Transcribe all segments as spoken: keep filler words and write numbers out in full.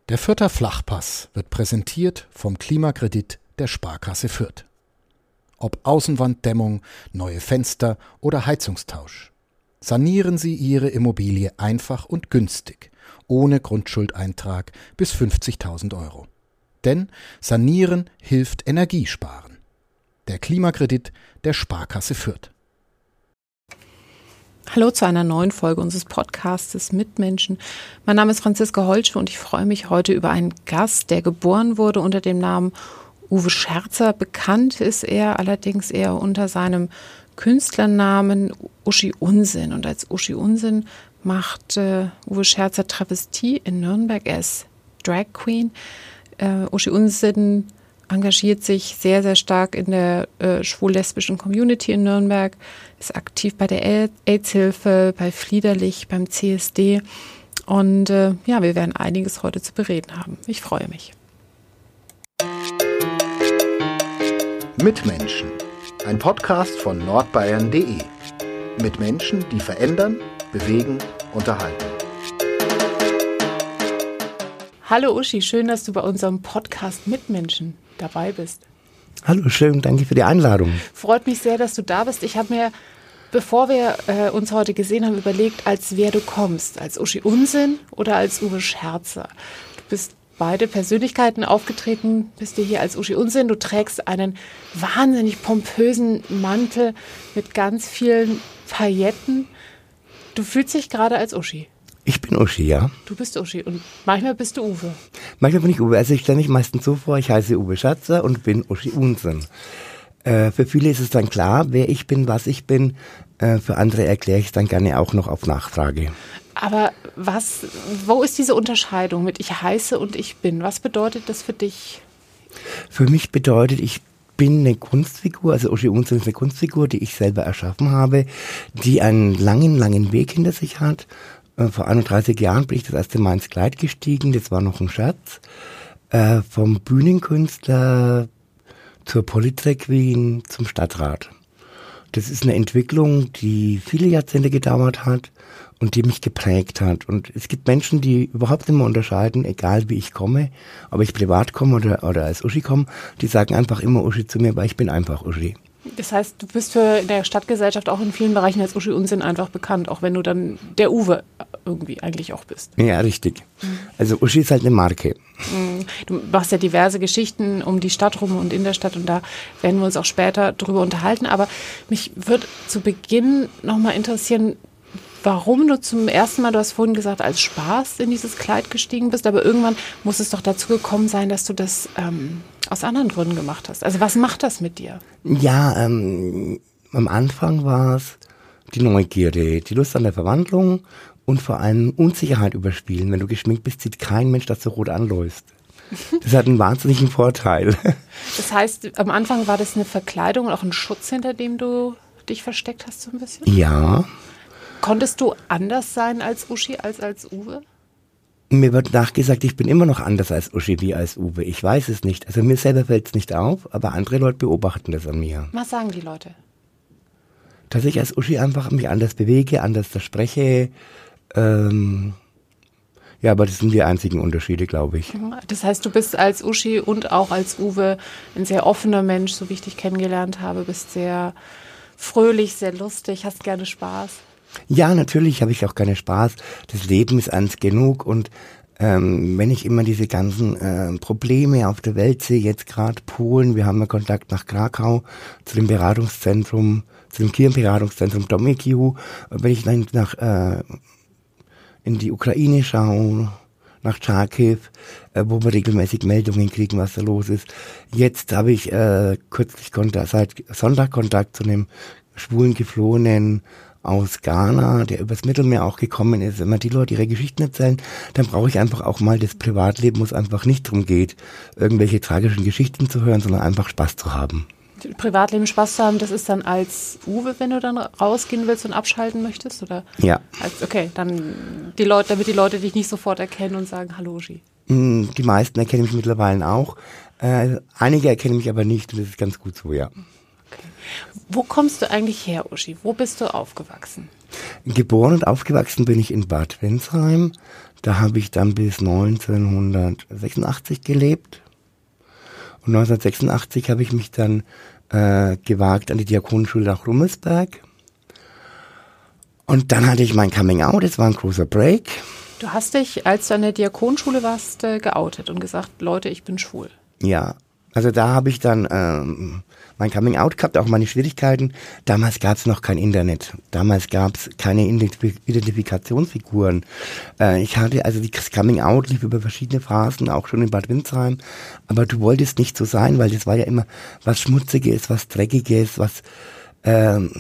Der Fürther Flachpass wird präsentiert vom Klimakredit der Sparkasse Fürth. Ob Außenwanddämmung, neue Fenster oder Heizungstausch. Sanieren Sie Ihre Immobilie einfach und günstig, ohne Grundschuldeintrag bis fünfzigtausend Euro. Denn Sanieren hilft Energiesparen. Der Klimakredit der Sparkasse Fürth. Hallo zu einer neuen Folge unseres Podcastes Mitmenschen. Mein Name ist Franziska Holsche und ich freue mich heute über einen Gast, der geboren wurde unter dem Namen Uwe Scherzer. Bekannt ist er allerdings eher unter seinem Künstlernamen Uschi Unsinn. Und als Uschi Unsinn macht äh, Uwe Scherzer Travestie in Nürnberg. Er ist Drag Queen. Äh, Uschi Unsinn engagiert sich sehr, sehr stark in der äh, schwul-lesbischen Community in Nürnberg, ist aktiv bei der AIDS-Hilfe, bei Fliederlich, beim C S D. Und äh, ja, wir werden einiges heute zu bereden haben. Ich freue mich. Mitmenschen, ein Podcast von nordbayern punkt de. Mit Menschen, die verändern, bewegen, unterhalten. Hallo Uschi, schön, dass du bei unserem Podcast Mitmenschen dabei bist. Hallo, schön, danke für die Einladung. Freut mich sehr, dass du da bist. Ich habe mir, bevor wir äh, uns heute gesehen haben, überlegt, als wer du kommst. Als Uschi Unsinn oder als Uwe Scherzer. Du bist beide Persönlichkeiten aufgetreten, bist du hier als Uschi Unsinn. Du trägst einen wahnsinnig pompösen Mantel mit ganz vielen Pailletten. Du fühlst dich gerade als Uschi. Ich bin Uschi, ja. Du bist Uschi und manchmal bist du Uwe. Manchmal bin ich Uwe. Also ich stelle mich meistens so vor, ich heiße Uwe Scherzer und bin Uschi Unsinn. Äh, für viele ist es dann klar, wer ich bin, was ich bin. Äh, für andere erkläre ich es dann gerne auch noch auf Nachfrage. Aber was, wo ist diese Unterscheidung mit ich heiße und ich bin? Was bedeutet das für dich? Für mich bedeutet, ich bin eine Kunstfigur, also Uschi Unsinn ist eine Kunstfigur, die ich selber erschaffen habe, die einen langen, langen Weg hinter sich hat. Vor einunddreißig Jahren bin ich das erste Mal ins Kleid gestiegen, das war noch ein Scherz. Äh, vom Bühnenkünstler zur Polydrag Queen zum Stadtrat. Das ist eine Entwicklung, die viele Jahrzehnte gedauert hat und die mich geprägt hat. Und es gibt Menschen, die überhaupt nicht mehr unterscheiden, egal wie ich komme, ob ich privat komme oder, oder als Uschi komme, die sagen einfach immer Uschi zu mir, weil ich bin einfach Uschi. Das heißt, du bist für in der Stadtgesellschaft auch in vielen Bereichen als Uschi Unsinn einfach bekannt, auch wenn du dann der Uwe irgendwie eigentlich auch bist. Ja, richtig. Mhm. Also Uschi ist halt eine Marke. Mhm. Du machst ja diverse Geschichten um die Stadt rum und in der Stadt und da werden wir uns auch später drüber unterhalten. Aber mich würde zu Beginn nochmal interessieren, warum du zum ersten Mal, du hast vorhin gesagt, als Spaß in dieses Kleid gestiegen bist, aber irgendwann muss es doch dazu gekommen sein, dass du das ähm, aus anderen Gründen gemacht hast. Also was macht das mit dir? Ja, ähm, am Anfang war es die Neugierde, die Lust an der Verwandlung und vor allem Unsicherheit überspielen. Wenn du geschminkt bist, sieht kein Mensch, dass du rot anläufst. Das hat einen wahnsinnigen Vorteil. Das heißt, am Anfang war das eine Verkleidung und auch ein Schutz, hinter dem du dich versteckt hast so ein bisschen? Ja. Konntest du anders sein als Uschi als als Uwe? Mir wird nachgesagt, ich bin immer noch anders als Uschi wie als Uwe. Ich weiß es nicht. Also mir selber fällt es nicht auf, aber andere Leute beobachten das an mir. Was sagen die Leute? Dass ich als Uschi einfach mich anders bewege, anders spreche. Ähm, ja, aber das sind die einzigen Unterschiede, glaube ich. Das heißt, du bist als Uschi und auch als Uwe ein sehr offener Mensch, so wie ich dich kennengelernt habe. Bist sehr fröhlich, sehr lustig, hast gerne Spaß. Ja, natürlich habe ich auch gerne Spaß. Das Leben ist eins genug und ähm, wenn ich immer diese ganzen äh, Probleme auf der Welt sehe, jetzt gerade Polen, wir haben ja Kontakt nach Krakau zu dem Beratungszentrum, zu dem Kirchenberatungszentrum Domikiu, wenn ich dann nach äh, in die Ukraine schaue, nach Charkiw, äh, wo wir regelmäßig Meldungen kriegen, was da los ist. Jetzt habe ich äh, kürzlich Kontakt, seit Sonntag Kontakt zu einem schwulen Geflohenen aus Ghana, der übers Mittelmeer auch gekommen ist. Wenn man die Leute ihre Geschichten erzählen, dann brauche ich einfach auch mal das Privatleben, wo es einfach nicht darum geht, irgendwelche tragischen Geschichten zu hören, sondern einfach Spaß zu haben. Privatleben Spaß zu haben, das ist dann als Uwe, wenn du dann rausgehen willst und abschalten möchtest? Oder? Ja. Als, okay, dann die Leute, damit die Leute dich nicht sofort erkennen und sagen, hallo Uschi. Die meisten erkennen mich mittlerweile auch. Äh, einige erkennen mich aber nicht und das ist ganz gut so, ja. Okay. Wo kommst du eigentlich her, Uschi? Wo bist du aufgewachsen? Geboren und aufgewachsen bin ich in Bad Windsheim. Da habe ich dann bis neunzehnhundertsechsundachtzig gelebt. Und neunzehnhundertsechsundachtzig habe ich mich dann äh, gewagt an die Diakonenschule nach Rummelsberg. Und dann hatte ich mein Coming Out, es war ein großer Break. Du hast dich, als du an der Diakonenschule warst, äh, geoutet und gesagt, Leute, ich bin schwul. Ja, also da habe ich dann ähm, mein Coming Out gehabt, auch meine Schwierigkeiten. Damals gab es noch kein Internet. Damals gab es keine Identifikationsfiguren. Äh, ich hatte, also das Coming Out lief über verschiedene Phasen, auch schon in Bad Windsheim. Aber du wolltest nicht so sein, weil das war ja immer was Schmutziges, was Dreckiges, was ähm,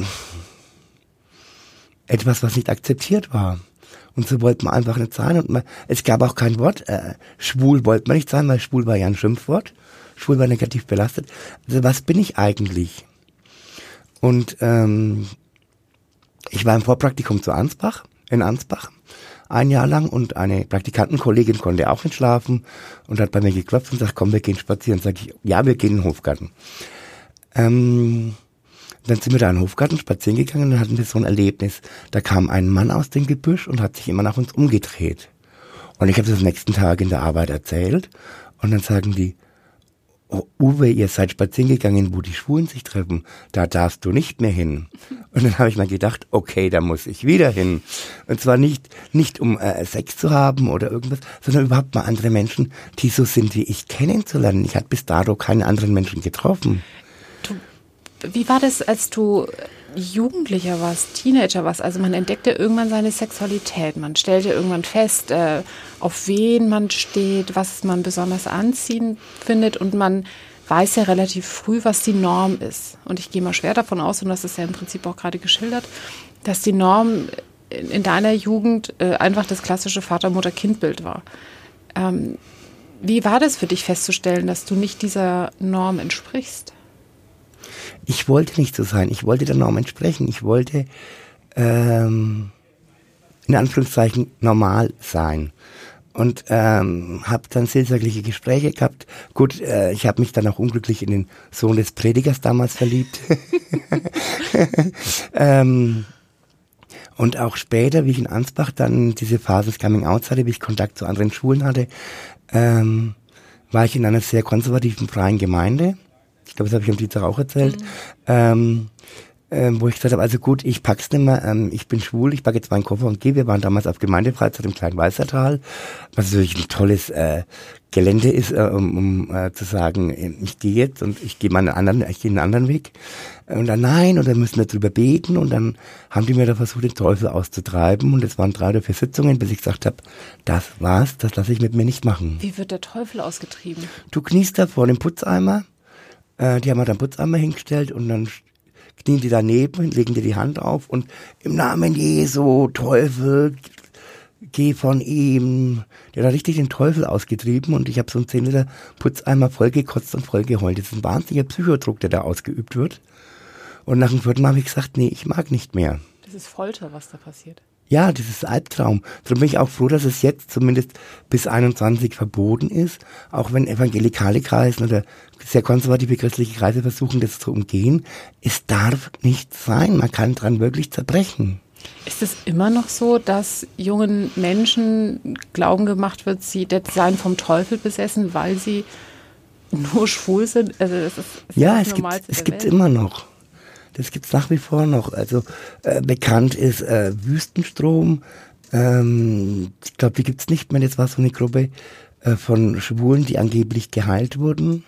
etwas, was nicht akzeptiert war. Und so wollte man einfach nicht sein. Und man, es gab auch kein Wort. Äh, schwul wollte man nicht sein, weil schwul war ja ein Schimpfwort. Schwul war negativ belastet. Also was bin ich eigentlich? Und ähm, ich war im Vorpraktikum zu Ansbach, in Ansbach, ein Jahr lang. Und eine Praktikantenkollegin konnte auch nicht schlafen und hat bei mir geklopft und sagt, komm, wir gehen spazieren. Sag ich, ja, wir gehen in den Hofgarten. Ähm... Dann sind wir da in den Hofgarten spazieren gegangen und dann hatten wir so ein Erlebnis. Da kam ein Mann aus dem Gebüsch und hat sich immer nach uns umgedreht. Und ich habe das am nächsten Tag in der Arbeit erzählt. Und dann sagen die, oh, Uwe, ihr seid spazieren gegangen, wo die Schwulen sich treffen. Da darfst du nicht mehr hin. Und dann habe ich mir gedacht, okay, da muss ich wieder hin. Und zwar nicht nicht um äh, Sex zu haben oder irgendwas, sondern überhaupt mal andere Menschen, die so sind wie ich, kennenzulernen. Ich hatte bis dato keine anderen Menschen getroffen. Wie war das, als du Jugendlicher warst, Teenager warst? Also man entdeckte irgendwann seine Sexualität. Man stellte irgendwann fest, äh, auf wen man steht, was man besonders anziehend findet. Und man weiß ja relativ früh, was die Norm ist. Und ich gehe mal schwer davon aus, und das ist ja im Prinzip auch gerade geschildert, dass die Norm in, in deiner Jugend äh, einfach das klassische Vater-Mutter-Kind-Bild war. Ähm, wie war das für dich festzustellen, dass du nicht dieser Norm entsprichst? Ich wollte nicht so sein, ich wollte der Norm entsprechen, ich wollte ähm, in Anführungszeichen normal sein und ähm, habe dann seelsorgliche Gespräche gehabt. Gut, äh, ich habe mich dann auch unglücklich in den Sohn des Predigers damals verliebt. ähm, und auch später, wie ich in Ansbach dann diese Phase des Coming Outs hatte, wie ich Kontakt zu anderen Schulen hatte, ähm, war ich in einer sehr konservativen freien Gemeinde. Ich glaube, das habe ich am Dienstag auch erzählt, mhm. ähm, ähm, wo ich gesagt habe, also gut, ich pack's nicht mehr, ähm, ich bin schwul, ich packe jetzt meinen Koffer und gehe. Wir waren damals auf Gemeindefreizeit im kleinen Weißertal, was natürlich ein tolles äh, Gelände ist, äh, um, um äh, zu sagen, ich gehe jetzt und ich gehe mal einen anderen, ich gehe einen anderen Weg. Und dann nein, und dann müssen wir drüber beten und dann haben die mir da versucht, den Teufel auszutreiben und es waren drei oder vier Sitzungen, bis ich gesagt habe, das war's, das lasse ich mit mir nicht machen. Wie wird der Teufel ausgetrieben? Du kniest da vor dem Putzeimer. Die haben halt einen Putzeimer hingestellt und dann knien die daneben, legen dir die Hand auf und im Namen Jesu, Teufel, geh von ihm. Der hat richtig den Teufel ausgetrieben und ich habe so einen zehn Liter Putzeimer vollgekotzt und vollgeheult. Das ist ein wahnsinniger Psychodruck, der da ausgeübt wird. Und nach dem vierten Mal habe ich gesagt, nee, ich mag nicht mehr. Das ist Folter, was da passiert. Ja, das ist Albtraum. Darum bin ich auch froh, dass es jetzt zumindest bis einundzwanzig verboten ist, auch wenn evangelikale Kreise oder sehr konservative christliche Kreise versuchen, das zu umgehen. Es darf nicht sein, man kann dran wirklich zerbrechen. Ist es immer noch so, dass jungen Menschen Glauben gemacht wird, sie seien vom Teufel besessen, weil sie nur schwul sind? Also das ist, das ja, ist es gibt es gibt's immer noch. Das gibt's nach wie vor noch. Also äh, bekannt ist äh, Wüstenstrom. Ähm, ich glaube, die gibt's nicht mehr. Das war so eine Gruppe äh, von Schwulen, die angeblich geheilt wurden.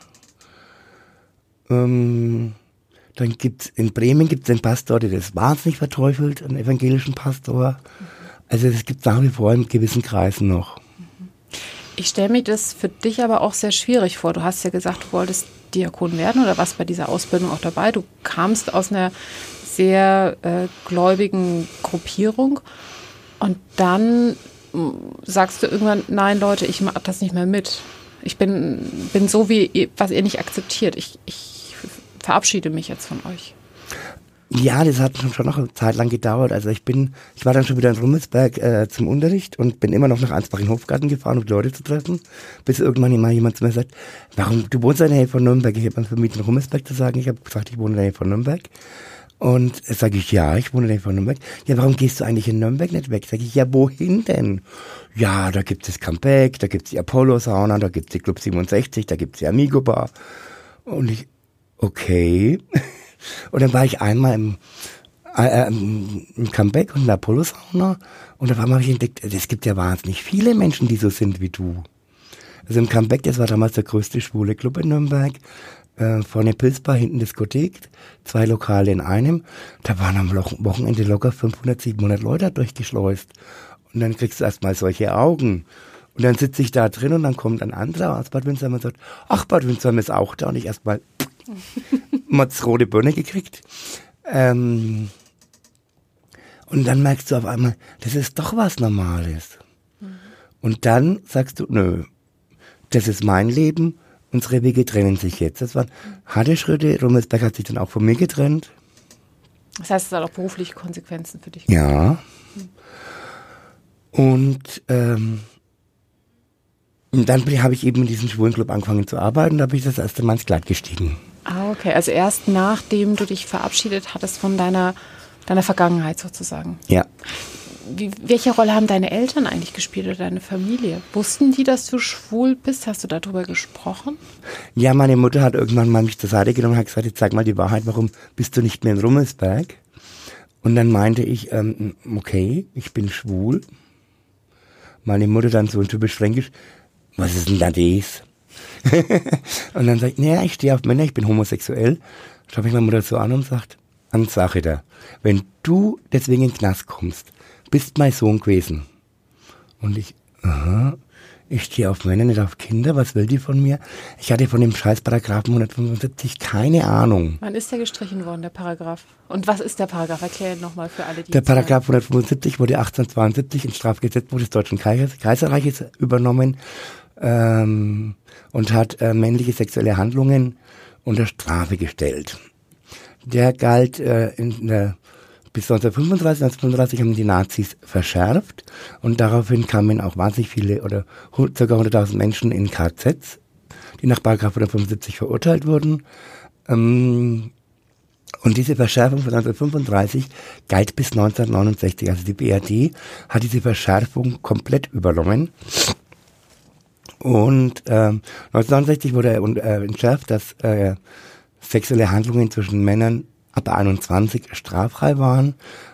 Ähm, dann gibt's in Bremen gibt's einen Pastor, der das wahnsinnig verteufelt, einen evangelischen Pastor. Also das gibt's nach wie vor in gewissen Kreisen noch. Ich stelle mir das für dich aber auch sehr schwierig vor. Du hast ja gesagt, du wolltest Diakon werden oder warst bei dieser Ausbildung auch dabei. Du kamst aus einer sehr äh, gläubigen Gruppierung und dann mh, sagst du irgendwann, nein Leute, ich mache das nicht mehr mit. Ich bin, bin so, wie ihr, was ihr nicht akzeptiert. Ich, ich verabschiede mich jetzt von euch. Ja, das hat schon noch eine Zeit lang gedauert. Also ich bin, ich war dann schon wieder in Rummelsberg äh, zum Unterricht und bin immer noch nach Ansbach in den Hofgarten gefahren, um Leute zu treffen, bis irgendwann mal jemand zu mir sagt, warum, du wohnst in der Nähe von Nürnberg? Ich habe dann vermieden, in Rummelsberg zu sagen. Ich habe gesagt, ich wohne in der Nähe von Nürnberg. Und sage ich, ja, ich wohne nicht von Nürnberg. Ja, warum gehst du eigentlich in Nürnberg nicht weg? Sage ich, ja, wohin denn? Ja, da gibt es Comeback, da gibt es die Apollo-Sauna, da gibt es die Club siebenundsechzig, da gibt es die Amigo-Bar. Und ich, okay. Und dann war ich einmal im, äh, im Comeback und in der Apollo-Sauna und auf einmal habe ich entdeckt, es gibt ja wahnsinnig viele Menschen, die so sind wie du. Also im Comeback, das war damals der größte schwule Club in Nürnberg. Äh, vorne Pilzbar, hinten Diskothek, zwei Lokale in einem. Da waren am Wochenende locker fünfhundert, siebenhundert Leute durchgeschleust. Und dann kriegst du erstmal solche Augen. Und dann sitze ich da drin und dann kommt ein anderer aus Bad Windsheim und sagt, ach, Bad Windsheim ist auch da. Und ich erstmal rote Birne gekriegt. Ähm, und dann merkst du auf einmal, das ist doch was Normales. Mhm. Und dann sagst du, nö, das ist mein Leben. Unsere Wege trennen sich jetzt. Das waren harte Schritte. Rummelsberg hat sich dann auch von mir getrennt. Das heißt, es hat auch berufliche Konsequenzen für dich. Ja. Und, ähm, und dann habe ich eben in diesem Schwulenclub angefangen zu arbeiten. Da bin ich das erste Mal ins Kleid gestiegen. Ah, okay. Also erst nachdem du dich verabschiedet hattest von deiner, deiner Vergangenheit sozusagen. Ja. Wie, welche Rolle haben deine Eltern eigentlich gespielt oder deine Familie? Wussten die, dass du schwul bist? Hast du darüber gesprochen? Ja, meine Mutter hat irgendwann mal mich zur Seite genommen und hat gesagt, jetzt sag mal die Wahrheit, warum bist du nicht mehr in Rummelsberg? Und dann meinte ich, ähm, okay, ich bin schwul. Meine Mutter dann so typisch fränkisch, was ist denn da das? Und dann sag ich, naja, ich stehe auf Männer, ich bin homosexuell. Schaue ich meine Mutter so an und sagt, an Sache da, wenn du deswegen in den Knast kommst, bist mein Sohn gewesen. Und ich, aha, ich stehe auf Männer, nicht auf Kinder, was will die von mir? Ich hatte von dem scheiß Paragraphen hundertfünfundsiebzig keine Ahnung. Wann ist der gestrichen worden, der Paragraph? Und was ist der Paragraph? Erklär ihn nochmal für alle, die Der Paragraph hundertfünfundsiebzig wurde achtzehnhundertzweiundsiebzig ins Strafgesetzbuch des Deutschen Kaiserreiches übernommen ähm, und hat äh, männliche sexuelle Handlungen unter Strafe gestellt. Der galt äh, in der Bis neunzehnhundertfünfunddreißig, neunzehnhundertfünfunddreißig haben die Nazis verschärft und daraufhin kamen auch wahnsinnig viele oder ca. hunderttausend Menschen in K Zs, die nach Paragraph hundertfünfundsiebzig verurteilt wurden. Und diese Verschärfung von neunzehnhundertfünfunddreißig galt bis neunzehnhundertneunundsechzig. Also die B R D hat diese Verschärfung komplett übernommen. Und ähm, neunzehnhundertneunundsechzig wurde äh, entschärft, dass äh, sexuelle Handlungen zwischen Männern ab einundzwanzig straffrei waren.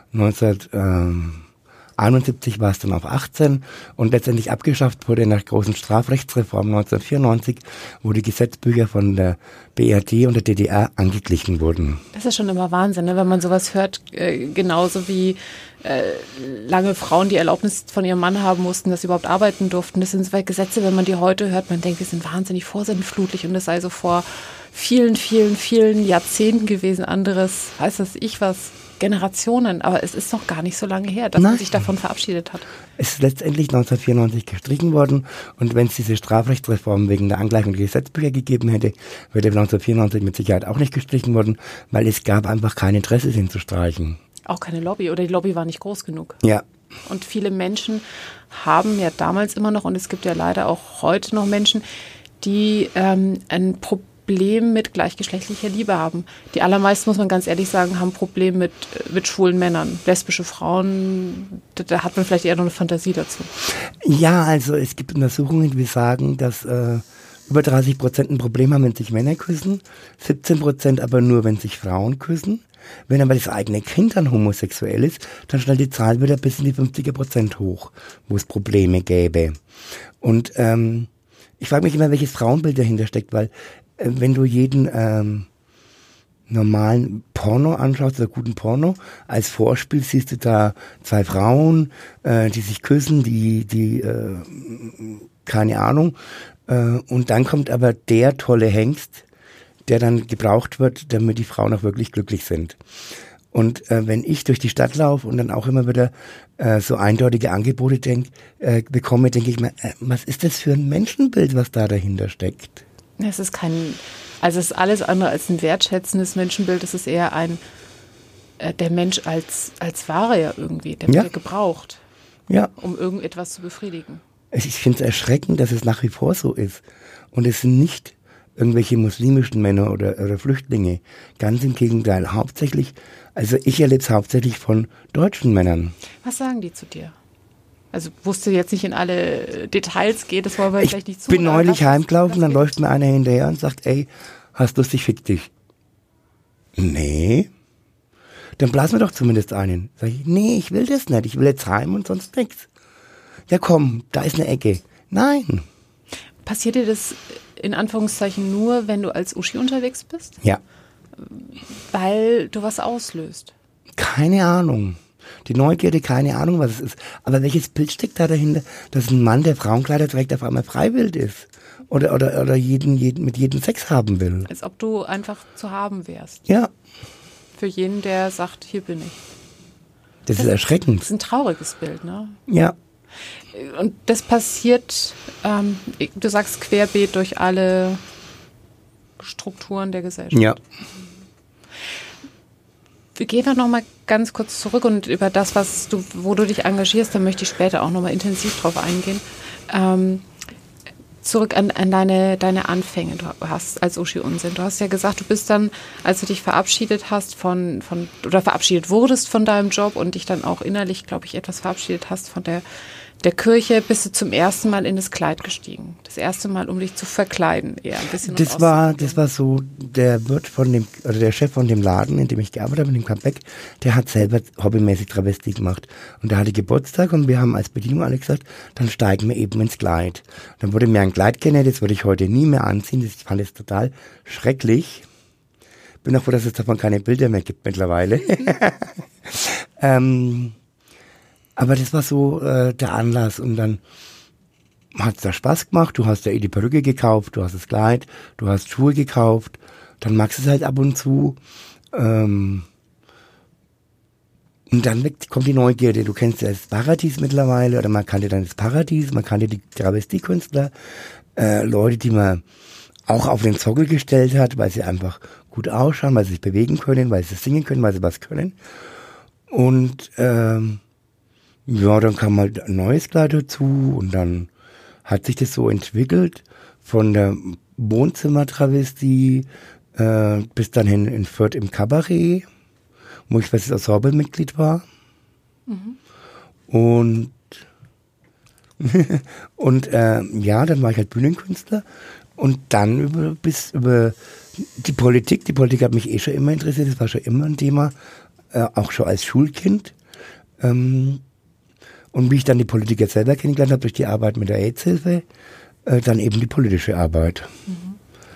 neunzehnhunderteinundsiebzig war es dann auf achtzehn und letztendlich abgeschafft wurde nach großen Strafrechtsreform neunzehnhundertvierundneunzig, wo die Gesetzbücher von der B R D und der D D R angeglichen wurden. Das ist schon immer Wahnsinn, ne? Wenn man sowas hört, äh, genauso wie äh, lange Frauen die Erlaubnis von ihrem Mann haben mussten, dass sie überhaupt arbeiten durften. Das sind zwei Gesetze, wenn man die heute hört, man denkt, die sind wahnsinnig vorsintflutlich und das sei so vor vielen, vielen, vielen Jahrzehnten gewesen, anderes, weiß das ich was, Generationen, aber es ist noch gar nicht so lange her, dass Nein. man sich davon verabschiedet hat. Es ist letztendlich neunzehnhundertvierundneunzig gestrichen worden und wenn es diese Strafrechtsreform wegen der Angleichung der Gesetzbücher gegeben hätte, wäre neunzehnhundertvierundneunzig mit Sicherheit auch nicht gestrichen worden, weil es gab einfach kein Interesse, den zu streichen. Auch keine Lobby oder die Lobby war nicht groß genug. Ja. Und viele Menschen haben ja damals immer noch, und es gibt ja leider auch heute noch Menschen, die ähm, ein Problem Problem mit gleichgeschlechtlicher Liebe haben. Die allermeisten, muss man ganz ehrlich sagen, haben ein Problem mit, mit schwulen Männern. Lesbische Frauen, da, da hat man vielleicht eher noch eine Fantasie dazu. Ja, also es gibt Untersuchungen, die sagen, dass äh, über dreißig Prozent ein Problem haben, wenn sich Männer küssen, siebzehn Prozent aber nur, wenn sich Frauen küssen. Wenn aber das eigene Kind dann homosexuell ist, dann schnell die Zahl wieder bis in die fünfzig Prozent hoch, wo es Probleme gäbe. Und ähm, ich frage mich immer, welches Frauenbild dahinter steckt, weil wenn du jeden ähm, normalen Porno anschaust, oder guten Porno, als Vorspiel siehst du da zwei Frauen, äh, die sich küssen, die, die, äh, keine Ahnung, äh, und dann kommt aber der tolle Hengst, der dann gebraucht wird, damit die Frauen auch wirklich glücklich sind. Und äh, wenn ich durch die Stadt laufe und dann auch immer wieder äh, so eindeutige Angebote denk, äh, bekomme, denke ich mir, äh, was ist das für ein Menschenbild, was da dahinter steckt? Es ist kein, also es ist alles andere als ein wertschätzendes Menschenbild. Es ist eher ein, äh, der Mensch als, als Ware ja irgendwie, der wird ja. ja gebraucht, ja. um irgendetwas zu befriedigen. Ich finde es erschreckend, dass es nach wie vor so ist. Und es sind nicht irgendwelche muslimischen Männer oder, oder Flüchtlinge. Ganz im Gegenteil. Hauptsächlich, also ich erlebe es hauptsächlich von deutschen Männern. Was sagen die zu dir? Also wusste jetzt nicht in alle Details geht, das wollen wir ich vielleicht nicht zu. Ich bin neulich heimgelaufen, dann läuft mir einer hinterher und sagt, ey, hast lustig, fick dich. Nee. Dann blasen wir doch zumindest einen. Sag ich, nee, ich will das nicht, ich will jetzt heim und sonst nichts. Ja komm, da ist eine Ecke. Nein. Passiert dir das in Anführungszeichen nur, wenn du als Uschi unterwegs bist? Ja. Weil du was auslöst? Keine Ahnung. Die Neugierde, keine Ahnung, was es ist. Aber welches Bild steckt da dahinter, dass ein Mann, der Frauenkleider trägt, auf einmal freiwillig ist? Oder, oder, oder jeden, jeden, mit jedem Sex haben will? Als ob du einfach zu haben wärst. Ja. Für jeden, der sagt, hier bin ich. Das, das ist erschreckend. Das ist ein trauriges Bild, ne? Ja. Und das passiert, ähm, du sagst querbeet durch alle Strukturen der Gesellschaft. Ja. Wir gehen noch mal ganz kurz zurück und über das, was du, wo du dich engagierst, da möchte ich später auch noch mal intensiv drauf eingehen. Ähm, zurück an, an deine, deine Anfänge. Du hast als Uschi Unsinn. Du hast ja gesagt, du bist dann, als du dich verabschiedet hast von, von oder verabschiedet wurdest von deinem Job und dich dann auch innerlich, glaube ich, etwas verabschiedet hast von der der Kirche, bist du zum ersten Mal in das Kleid gestiegen. Das erste Mal, um dich zu verkleiden, eher ein bisschen. Das war, das war so, der Wirt von dem, oder der Chef von dem Laden, in dem ich gearbeitet habe, in dem Comeback, der hat selber hobbymäßig Travestie gemacht. Und der hatte Geburtstag und wir haben als Bedienung alle gesagt, dann steigen wir eben ins Kleid. Dann wurde mir ein Kleid genäht, das würde ich heute nie mehr anziehen, das, ich fand es total schrecklich. Bin auch froh, dass es davon keine Bilder mehr gibt mittlerweile. ähm, Aber das war so äh, der Anlass und dann hat's da Spaß gemacht. Du hast ja eh die Perücke gekauft, du hast das Kleid, du hast Schuhe gekauft. Dann magst du es halt ab und zu. Ähm und dann kommt die Neugierde. Du kennst ja das Paradies mittlerweile oder man kannte dann das Paradies, man kannte die Travestiekünstler, äh, Leute, die man auch auf den Sockel gestellt hat, weil sie einfach gut ausschauen, weil sie sich bewegen können, weil sie singen können, weil sie was können. Und ähm, ja, dann kam halt ein neues Kleid dazu und dann hat sich das so entwickelt von der Wohnzimmer-Travestie äh, bis dann hin in Fürth im Kabarett, wo ich festes Ensemble-Mitglied war. Mhm. Und und äh, ja, dann war ich halt Bühnenkünstler und dann über bis über die Politik. Die Politik hat mich eh schon immer interessiert, das war schon immer ein Thema, äh, auch schon als Schulkind. Ähm, Und wie ich dann die Politik jetzt selber kennengelernt habe, durch die Arbeit mit der AIDS-Hilfe, äh, dann eben die politische Arbeit. Mhm.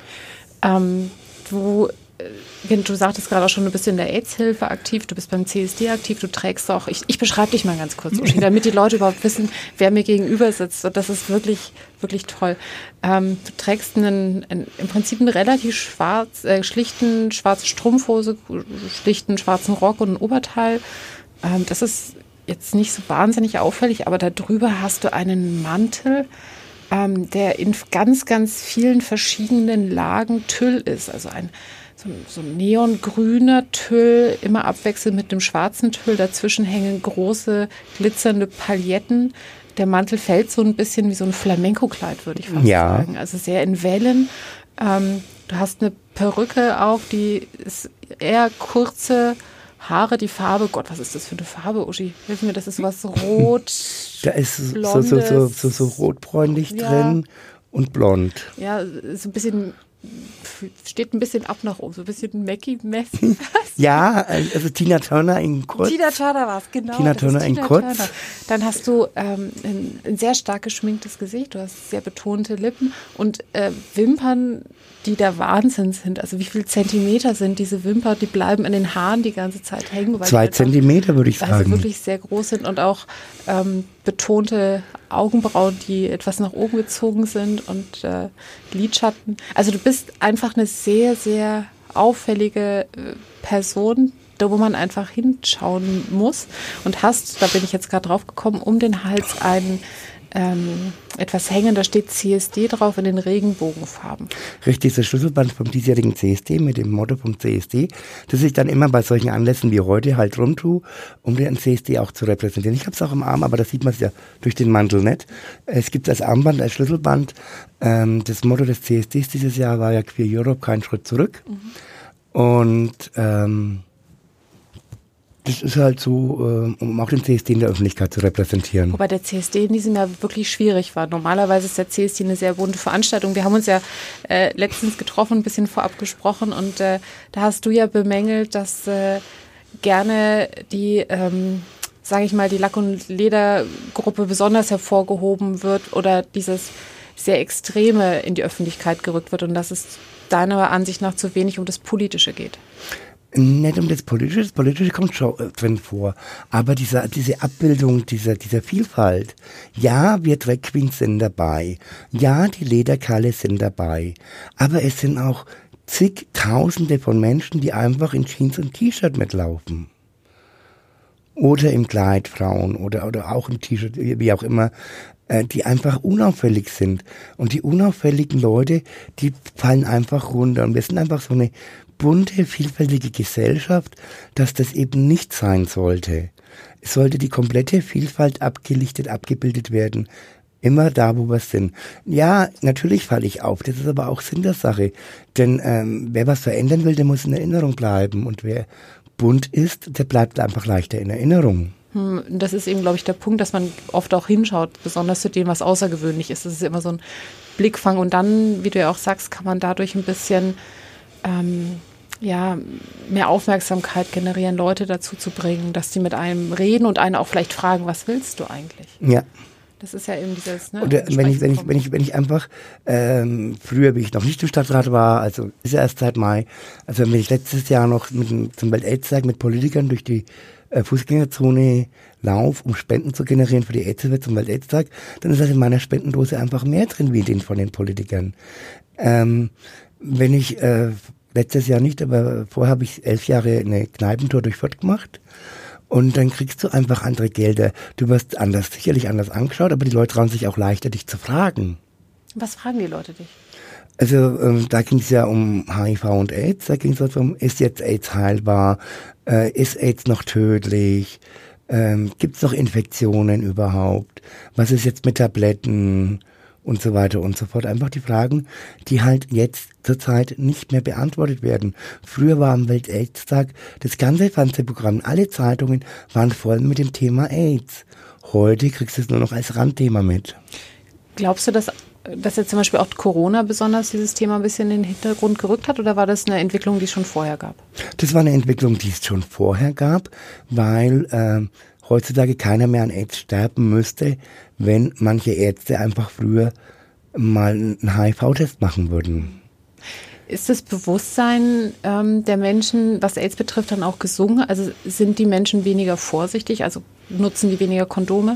Ähm, du, äh, du sagtest gerade auch schon, du bist in der AIDS-Hilfe aktiv, du bist beim C S D aktiv, du trägst auch, ich, ich beschreibe dich mal ganz kurz, Uschi, damit die Leute überhaupt wissen, wer mir gegenüber sitzt. Und das ist wirklich, wirklich toll. Ähm, du trägst einen, einen, im Prinzip einen relativ schwarz, äh, schlichten schwarze Strumpfhose, schlichten schwarzen Rock und ein Oberteil. Ähm, das ist jetzt nicht so wahnsinnig auffällig, aber darüber hast du einen Mantel, ähm, der in ganz, ganz vielen verschiedenen Lagen Tüll ist. Also ein so, so neongrüner Tüll, immer abwechselnd mit dem schwarzen Tüll. Dazwischen hängen große, glitzernde Pailletten. Der Mantel fällt so ein bisschen wie so ein Flamenco-Kleid, würde ich fast ja. sagen. Also sehr in Wellen. Ähm, du hast eine Perücke auf, die ist eher kurze Haare, die Farbe, Gott, was ist das für eine Farbe, Uschi? Hilf mir, das ist was rot, da ist so, so, so, so, so rotbräunlich ja. drin und blond. Ja, so ein bisschen, steht ein bisschen ab nach oben, so ein bisschen Mackie-mäßig. Ja, also Tina Turner in kurz. Tina Turner war es, genau. Tina Turner in kurz. Turner. Dann hast du ähm, ein, ein sehr stark geschminktes Gesicht, du hast sehr betonte Lippen und äh, Wimpern, die der Wahnsinn sind. Also wie viele Zentimeter sind diese Wimpern, die bleiben in den Haaren die ganze Zeit hängen. Weil Zwei einfach, Zentimeter würde ich sagen. Weil sie wirklich sehr groß sind und auch ähm, betonte Augenbrauen, die etwas nach oben gezogen sind und äh, Lidschatten. Also du bist einfach eine sehr, sehr auffällige äh, Person, da wo man einfach hinschauen muss und hast, da bin ich jetzt gerade drauf gekommen, um den Hals einen ähm, etwas hängen, da steht C S D drauf in den Regenbogenfarben. Richtig, das Schlüsselband vom diesjährigen C S D mit dem Motto vom C S D, das ich dann immer bei solchen Anlässen wie heute halt rumtue, um den C S D auch zu repräsentieren. Ich habe es auch im Arm, aber da sieht man es ja durch den Mantel nicht. Es gibt als Armband, als Schlüsselband, ähm, das Motto des C S Ds dieses Jahr war ja Queer Europe, kein Schritt zurück. Mhm. Und ähm, das ist halt so, äh, um auch den C S D in der Öffentlichkeit zu repräsentieren. Wobei der C S D in diesem Jahr wirklich schwierig war. Normalerweise ist der C S D eine sehr bunte Veranstaltung. Wir haben uns ja äh, letztens getroffen, ein bisschen vorab gesprochen und äh, da hast du ja bemängelt, dass äh, gerne die, ähm, sage ich mal, die Lack- und Ledergruppe besonders hervorgehoben wird oder dieses sehr Extreme in die Öffentlichkeit gerückt wird und dass es deiner Ansicht nach zu wenig um das Politische geht. Nicht um das Politische, das Politische kommt schon äh, drin vor, aber diese, diese Abbildung dieser, dieser Vielfalt, ja, wir Drag Queens sind dabei, ja, die Lederkerle sind dabei, aber es sind auch zigtausende von Menschen, die einfach in Jeans und T-Shirt mitlaufen. Oder im Kleid, Frauen, oder, oder auch im T-Shirt, wie auch immer, äh, die einfach unauffällig sind. Und die unauffälligen Leute, die fallen einfach runter. Und wir sind einfach so eine bunte, vielfältige Gesellschaft, dass das eben nicht sein sollte. Es sollte die komplette Vielfalt abgelichtet, abgebildet werden. Immer da, wo wir sind. Ja, natürlich falle ich auf. Das ist aber auch Sinn der Sache. Denn ähm, wer was verändern will, der muss in Erinnerung bleiben. Und wer bunt ist, der bleibt einfach leichter in Erinnerung. Hm, das ist eben, glaube ich, der Punkt, dass man oft auch hinschaut, besonders zu dem, was außergewöhnlich ist. Das ist immer so ein Blickfang. Und dann, wie du ja auch sagst, kann man dadurch ein bisschen ähm, ja, mehr Aufmerksamkeit generieren, Leute dazu zu bringen, dass die mit einem reden und einen auch vielleicht fragen, was willst du eigentlich? Ja. Das ist ja eben dieses, ne? Oder wenn ich, wenn ich, wenn ich, wenn ich einfach, ähm, früher, wie ich noch nicht im Stadtrat war, also ist ja erst seit Mai, also wenn ich letztes Jahr noch mit dem, zum Welt-Aids-Tag mit Politikern durch die äh, Fußgängerzone lauf, um Spenden zu generieren für die AIDS-Hilfe zum Welt-Aids-Tag, dann ist halt in meiner Spendendose einfach mehr drin wie in den von den Politikern. Ähm, wenn ich, äh, letztes Jahr nicht, aber vorher habe ich elf Jahre eine Kneipentour durch Fürth gemacht. Und dann kriegst du einfach andere Gelder. Du wirst anders, sicherlich anders angeschaut, aber die Leute trauen sich auch leichter, dich zu fragen. Was fragen die Leute dich? Also ähm, da ging es ja um H I V und AIDS. Da ging es darum, ist jetzt AIDS heilbar? Äh, ist AIDS noch tödlich? Ähm, gibt es noch Infektionen überhaupt? Was ist jetzt mit Tabletten? Und so weiter und so fort. Einfach die Fragen, die halt jetzt zurzeit nicht mehr beantwortet werden. Früher war am Welt-Aids-Tag das ganze Fernsehprogramm, alle Zeitungen waren voll mit dem Thema AIDS. Heute kriegst du es nur noch als Randthema mit. Glaubst du, dass, dass jetzt zum Beispiel auch Corona besonders dieses Thema ein bisschen in den Hintergrund gerückt hat oder war das eine Entwicklung, die es schon vorher gab? Das war eine Entwicklung, die es schon vorher gab, weil äh, heutzutage keiner mehr an AIDS sterben müsste, wenn manche Ärzte einfach früher mal einen H I V-Test machen würden. Ist das Bewusstsein ähm, der Menschen, was AIDS betrifft, dann auch gesunken? Also sind die Menschen weniger vorsichtig, also nutzen die weniger Kondome?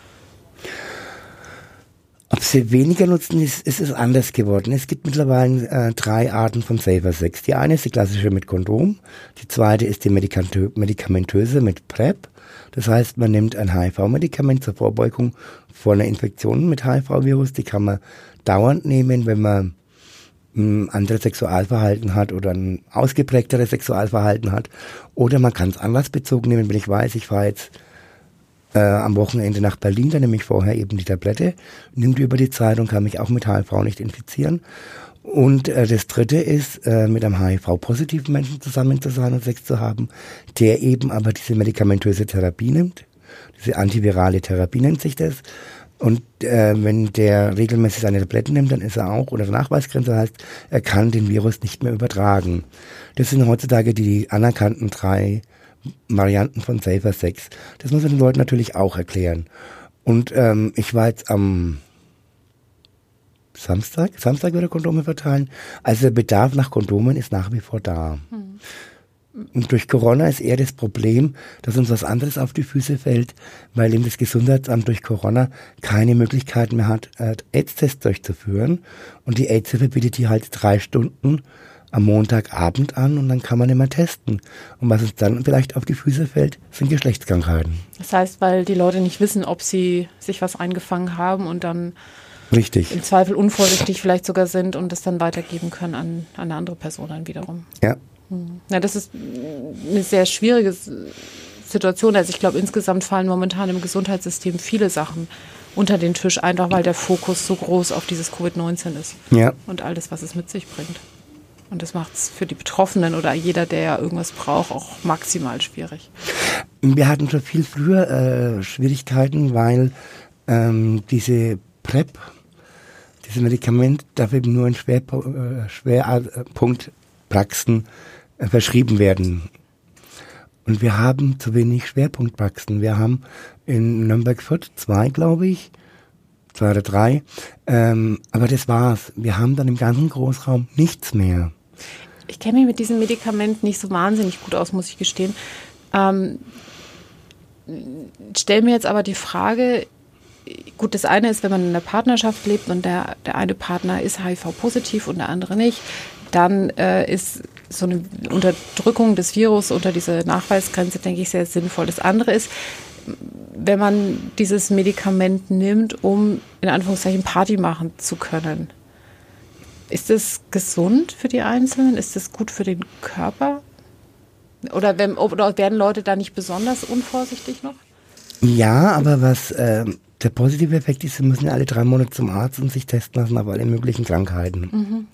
Ob sie weniger nutzen, ist, ist es anders geworden. Es gibt mittlerweile äh, drei Arten von Safer Sex. Die eine ist die klassische mit Kondom, die zweite ist die Medikantö- medikamentöse mit PrEP. Das heißt, man nimmt ein H I V-Medikament zur Vorbeugung vor einer Infektion mit H I V-Virus. Die kann man dauernd nehmen, wenn man ein anderes Sexualverhalten hat oder ein ausgeprägteres Sexualverhalten hat. Oder man kann es anlassbezogen nehmen, wenn ich weiß, ich fahre jetzt äh, am Wochenende nach Berlin, dann nehme ich vorher eben die Tablette, nehme die über die Zeit und kann mich auch mit H I V nicht infizieren. Und äh, das dritte ist, äh, mit einem H I V-positiven Menschen zusammen zu sein und Sex zu haben, der eben aber diese medikamentöse Therapie nimmt. Diese antivirale Therapie nennt sich das. Und äh, wenn der regelmäßig seine Tabletten nimmt, dann ist er auch, oder Nachweisgrenze heißt, er kann den Virus nicht mehr übertragen. Das sind heutzutage die anerkannten drei Varianten von Safer Sex. Das muss man den Leuten natürlich auch erklären. Und ähm, ich war jetzt am Samstag, Samstag wieder Kondome verteilen. Also der Bedarf nach Kondomen ist nach wie vor da. Hm. Und durch Corona ist eher das Problem, dass uns was anderes auf die Füße fällt, weil eben das Gesundheitsamt durch Corona keine Möglichkeit mehr hat, AIDS-Tests durchzuführen. Und die AIDS-Hilfe bietet die halt drei Stunden am Montagabend an und dann kann man immer testen. Und was uns dann vielleicht auf die Füße fällt, sind Geschlechtskrankheiten. Das heißt, weil die Leute nicht wissen, ob sie sich was eingefangen haben und dann Richtig. im Zweifel unvorsichtig vielleicht sogar sind und das dann weitergeben können an, an eine andere Person dann wiederum. Ja. Ja, das ist eine sehr schwierige Situation. Also ich glaube, insgesamt fallen momentan im Gesundheitssystem viele Sachen unter den Tisch, einfach weil der Fokus so groß auf dieses Covid neunzehn ist. Ja. Und all das, was es mit sich bringt. Und das macht es für die Betroffenen oder jeder, der ja irgendwas braucht, auch maximal schwierig. Wir hatten schon viel früher äh, Schwierigkeiten, weil ähm, diese PrEP, dieses Medikament, darf eben nur in Schwerpu- äh, Schwerpunktpraxen äh, verschrieben werden. Und wir haben zu wenig Schwerpunktpraxen. Wir haben in Nürnberg-Fürth zwei, glaube ich, zwei oder drei. Ähm, aber das war's. Wir haben dann im ganzen Großraum nichts mehr. Ich kenne mich mit diesem Medikament nicht so wahnsinnig gut aus, muss ich gestehen. Ähm, stell mir jetzt aber die Frage, gut, das eine ist, wenn man in einer Partnerschaft lebt und der, der eine Partner ist H I V-positiv und der andere nicht, dann äh, ist so eine Unterdrückung des Virus unter diese Nachweisgrenze, denke ich, sehr sinnvoll. Das andere ist, wenn man dieses Medikament nimmt, um in Anführungszeichen Party machen zu können. Ist das gesund für die Einzelnen? Ist das gut für den Körper? Oder, wenn, oder werden Leute da nicht besonders unvorsichtig noch? Ja, aber was äh, der positive Effekt ist, sie müssen ja alle drei Monate zum Arzt und sich testen lassen auf alle möglichen Krankheiten. Mhm.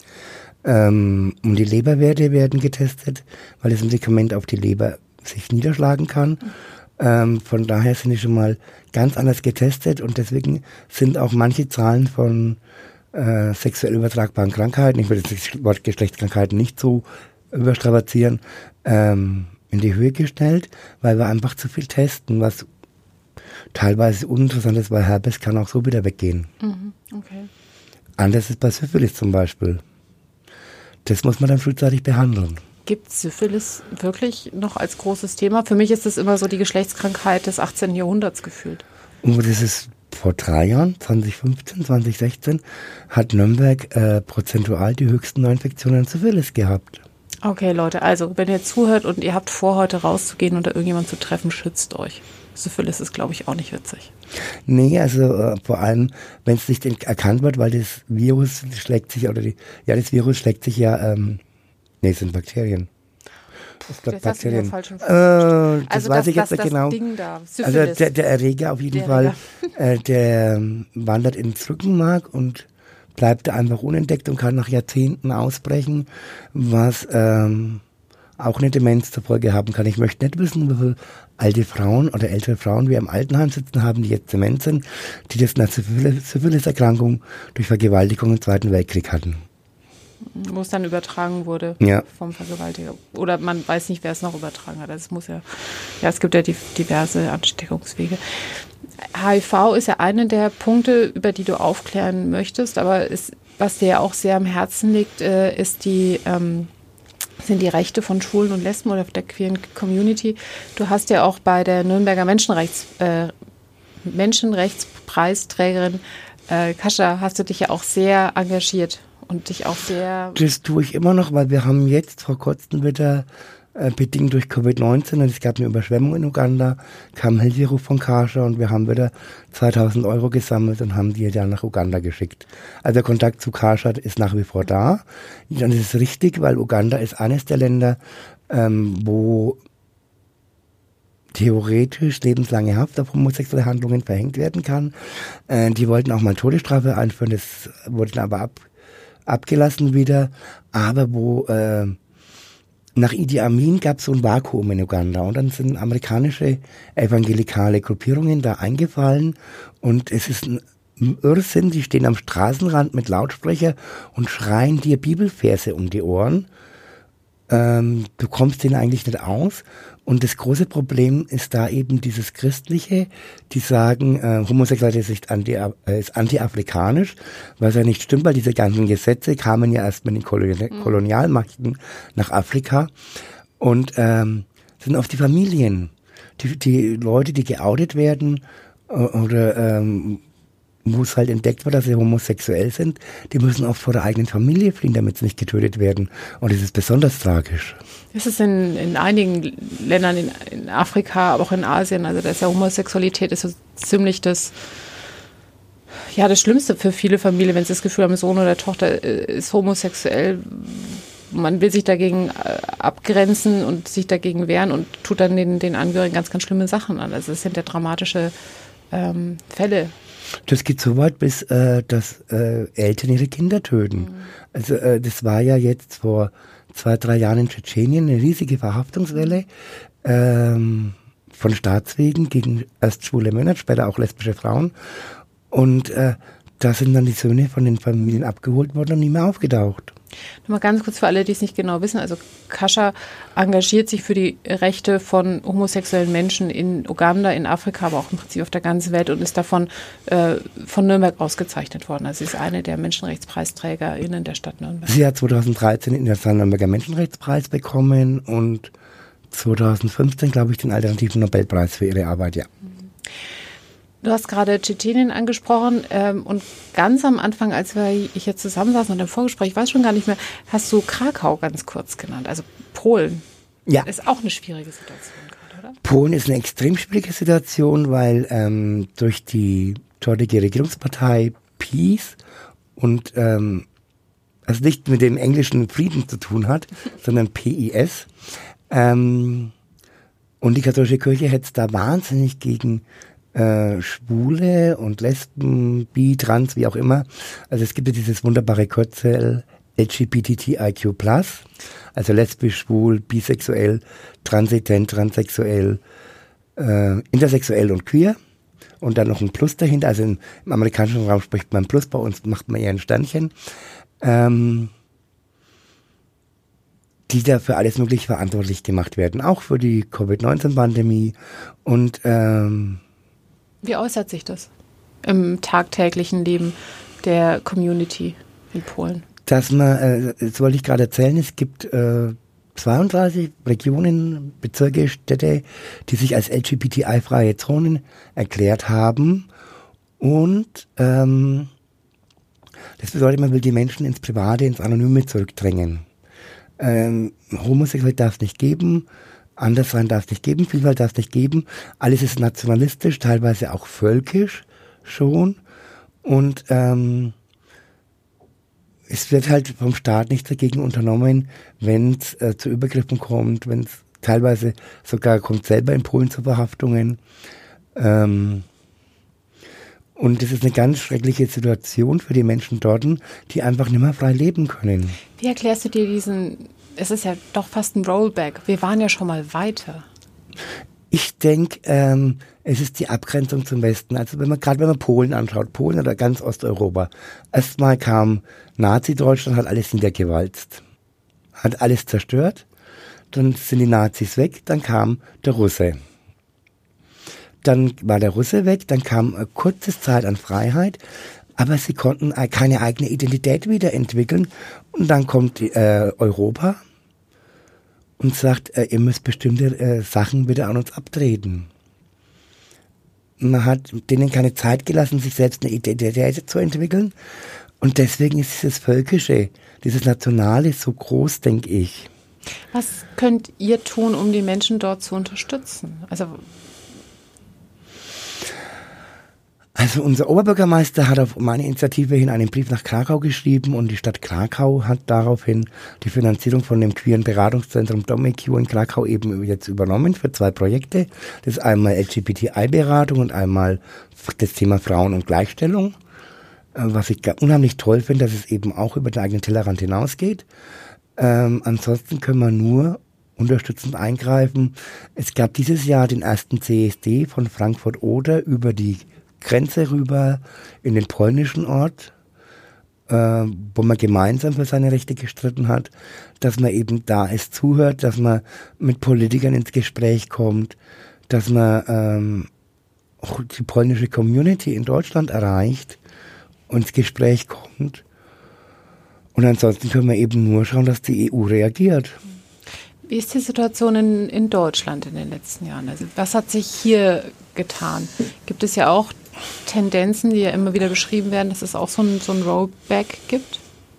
Ähm, und die Leberwerte werden getestet, weil das Medikament auf die Leber sich niederschlagen kann. Mhm. Ähm, von daher sind die schon mal ganz anders getestet und deswegen sind auch manche Zahlen von äh, sexuell übertragbaren Krankheiten, ich würde das Wort Geschlechtskrankheiten nicht so überstrapazieren, ähm, in die Höhe gestellt, weil wir einfach zu viel testen, was teilweise uninteressant ist, weil Herpes kann auch so wieder weggehen. Mhm, okay. Anders ist bei Syphilis zum Beispiel. Das muss man dann frühzeitig behandeln. Gibt es Syphilis wirklich noch als großes Thema? Für mich ist das immer so die Geschlechtskrankheit des achtzehnten Jahrhunderts gefühlt. Und das ist vor drei Jahren, zwanzig fünfzehn, zwanzig sechzehn, hat Nürnberg äh, prozentual die höchsten Neuinfektionen an Syphilis gehabt. Okay, Leute, also wenn ihr zuhört und ihr habt vor, heute rauszugehen und da irgendjemanden zu treffen, schützt euch. Syphilis ist, glaube ich, auch nicht witzig. Nee, also äh, vor allem, wenn es nicht erkannt wird, weil das Virus schlägt sich, oder die, ja, das Virus schlägt sich ja, ähm, nee, es sind Bakterien. Ich glaube, Bakterien. Äh, das also weiß das, ich jetzt das, nicht genau. Ding da, also der, der Erreger auf jeden der Fall, äh, der ähm, wandert ins Rückenmark und bleibt da einfach unentdeckt und kann nach Jahrzehnten ausbrechen, was ähm, auch eine Demenz zur Folge haben kann. Ich möchte nicht wissen, wie viele alte Frauen oder ältere Frauen wir im Altenheim sitzen haben, die jetzt dement sind, die das eine Syphilis-Erkrankung durch Vergewaltigung im Zweiten Weltkrieg hatten. Wo es dann übertragen wurde ja. vom Vergewaltiger. Oder man weiß nicht, wer es noch übertragen hat. Also es muss ja, ja, es gibt ja die, diverse Ansteckungswege. H I V ist ja einer der Punkte, über die du aufklären möchtest, aber es, was dir ja auch sehr am Herzen liegt, äh, ist die, ähm, sind die Rechte von Schwulen und Lesben oder der queeren Community. Du hast ja auch bei der Nürnberger Menschenrechts, äh, Menschenrechtspreisträgerin äh, Kascha, hast du dich ja auch sehr engagiert und dich auch sehr... Das tue ich immer noch, weil wir haben jetzt vor kurzem wieder äh, bedingt durch Covid neunzehn, und es gab eine Überschwemmung in Uganda, kam ein Hilferuf von Kascha und wir haben wieder zweitausend Euro gesammelt und haben die dann nach Uganda geschickt. Also der Kontakt zu Kascha ist nach wie vor da. Dann ist es richtig, weil Uganda ist eines der Länder, ähm, wo theoretisch lebenslange Haft auf homosexuelle Handlungen verhängt werden kann. Äh, die wollten auch mal Todesstrafe einführen, das wurde dann aber ab, abgelassen wieder. Aber wo äh, nach Idi Amin gab es so ein Vakuum in Uganda und dann sind amerikanische evangelikale Gruppierungen da eingefallen und es ist ein Irrsinn, die stehen am Straßenrand mit Lautsprecher und schreien dir Bibelverse um die Ohren. Ähm, du kommst denen eigentlich nicht aus. Und das große Problem ist da eben dieses Christliche, die sagen, äh, Homosexualität ist, anti, äh, ist anti-afrikanisch, was ja nicht stimmt, weil diese ganzen Gesetze kamen ja erst mit den Kolonial- mhm. Kolonialmächten nach Afrika und ähm, sind auf die Familien, die, die Leute, die geoutet werden äh, oder ähm, wo es halt entdeckt wird, dass sie homosexuell sind, die müssen oft vor der eigenen Familie fliehen, damit sie nicht getötet werden. Und das ist besonders tragisch. Das ist in, in einigen Ländern in, in Afrika, aber auch in Asien, also da ist ja Homosexualität ist so ziemlich das, ja, das Schlimmste für viele Familien, wenn sie das Gefühl haben, Sohn oder Tochter ist homosexuell. Man will sich dagegen abgrenzen und sich dagegen wehren und tut dann den, den Angehörigen ganz, ganz schlimme Sachen an. Also es sind ja dramatische ähm, Fälle. Das geht so weit, bis äh, dass äh, Eltern ihre Kinder töten. Mhm. Also äh, das war ja jetzt vor zwei, drei Jahren in Tschetschenien eine riesige Verhaftungswelle ähm, von Staatswegen gegen erst schwule Männer, später auch lesbische Frauen. Und äh, da sind dann die Söhne von den Familien abgeholt worden und nie mehr aufgetaucht. Nochmal ganz kurz für alle, die es nicht genau wissen. Also Kascha engagiert sich für die Rechte von homosexuellen Menschen in Uganda, in Afrika, aber auch im Prinzip auf der ganzen Welt und ist davon äh, von Nürnberg ausgezeichnet worden. Also sie ist eine der MenschenrechtspreisträgerInnen der Stadt Nürnberg. Sie hat zweitausenddreizehn den Internationalen Nürnberger Menschenrechtspreis bekommen und zweitausendfünfzehn, glaube ich, den Alternativen Nobelpreis für ihre Arbeit, ja. Du hast gerade Tschetschenien angesprochen ähm, und ganz am Anfang, als wir hier zusammensaßen und im Vorgespräch, ich weiß schon gar nicht mehr, hast du Krakau ganz kurz genannt, also Polen. Ja. Ist auch eine schwierige Situation gerade, oder? Polen ist eine extrem schwierige Situation, weil ähm, durch die dortige Regierungspartei PiS und ähm, also nicht mit dem englischen Frieden zu tun hat, sondern P I S. Ähm, und die katholische Kirche hetzt da wahnsinnig gegen Äh, Schwule und Lesben, Bi, Trans, wie auch immer. Also es gibt ja dieses wunderbare Kürzel L G B T Q I plus, also lesbisch, schwul, bisexuell, transident, transsexuell, äh, intersexuell und queer. Und dann noch ein Plus dahinter. Also im, im amerikanischen Raum spricht man Plus, bei uns macht man eher ein Sternchen. Ähm, die da für alles Mögliche verantwortlich gemacht werden. Auch für die Covid neunzehn Pandemie und ähm, wie äußert sich das im tagtäglichen Leben der Community in Polen? Dass man, äh, das wollte ich gerade erzählen, es gibt äh, zweiunddreißig Regionen, Bezirke, Städte, die sich als L G B T I-freie Zonen erklärt haben. Und ähm, das bedeutet, man will die Menschen ins Private, ins Anonyme zurückdrängen. Ähm, Homosexualität darf es nicht geben, Anderssein darf es nicht geben, Vielfalt darf es nicht geben. Alles ist nationalistisch, teilweise auch völkisch schon. Und ähm, es wird halt vom Staat nichts dagegen unternommen, wenn es äh, zu Übergriffen kommt, wenn es teilweise sogar kommt selber in Polen zu Verhaftungen. Ähm, und es ist eine ganz schreckliche Situation für die Menschen dort, die einfach nicht mehr frei leben können. Wie erklärst du dir diesen, es ist ja doch fast ein Rollback, wir waren ja schon mal weiter. Ich denke, ähm, es ist die Abgrenzung zum Westen. Also wenn man gerade wenn man Polen anschaut, Polen oder ganz Osteuropa, erstmal kam Nazi-Deutschland, hat alles niedergewalzt, hat alles zerstört, dann sind die Nazis weg, dann kam der Russe. Dann war der Russe weg, dann kam eine kurze Zeit an Freiheit, aber sie konnten keine eigene Identität wiederentwickeln. Und dann kommt äh, Europa und sagt, äh, ihr müsst bestimmte äh, Sachen wieder an uns abtreten. Man hat denen keine Zeit gelassen, sich selbst eine Identität zu entwickeln. Und deswegen ist dieses Völkische, dieses Nationale so groß, denke ich. Was könnt ihr tun, um die Menschen dort zu unterstützen? Also Also unser Oberbürgermeister hat auf meine Initiative hin einen Brief nach Krakau geschrieben und die Stadt Krakau hat daraufhin die Finanzierung von dem queeren Beratungszentrum DomiQ in Krakau eben jetzt übernommen für zwei Projekte. Das ist einmal L G B T I-Beratung und einmal das Thema Frauen und Gleichstellung. Was ich unheimlich toll finde, dass es eben auch über den eigenen Tellerrand hinausgeht. Ähm, ansonsten können wir nur unterstützend eingreifen. Es gab dieses Jahr den ersten C S D von Frankfurt-Oder über die Grenze rüber in den polnischen Ort, äh, wo man gemeinsam für seine Rechte gestritten hat, dass man eben da es zuhört, dass man mit Politikern ins Gespräch kommt, dass man ähm, auch die polnische Community in Deutschland erreicht und ins Gespräch kommt. Und ansonsten können wir eben nur schauen, dass die E U reagiert. Wie ist die Situation in, in Deutschland in den letzten Jahren? Also was hat sich hier getan? Gibt es ja auch Tendenzen, die ja immer wieder beschrieben werden, dass es auch so ein, so ein Rollback gibt?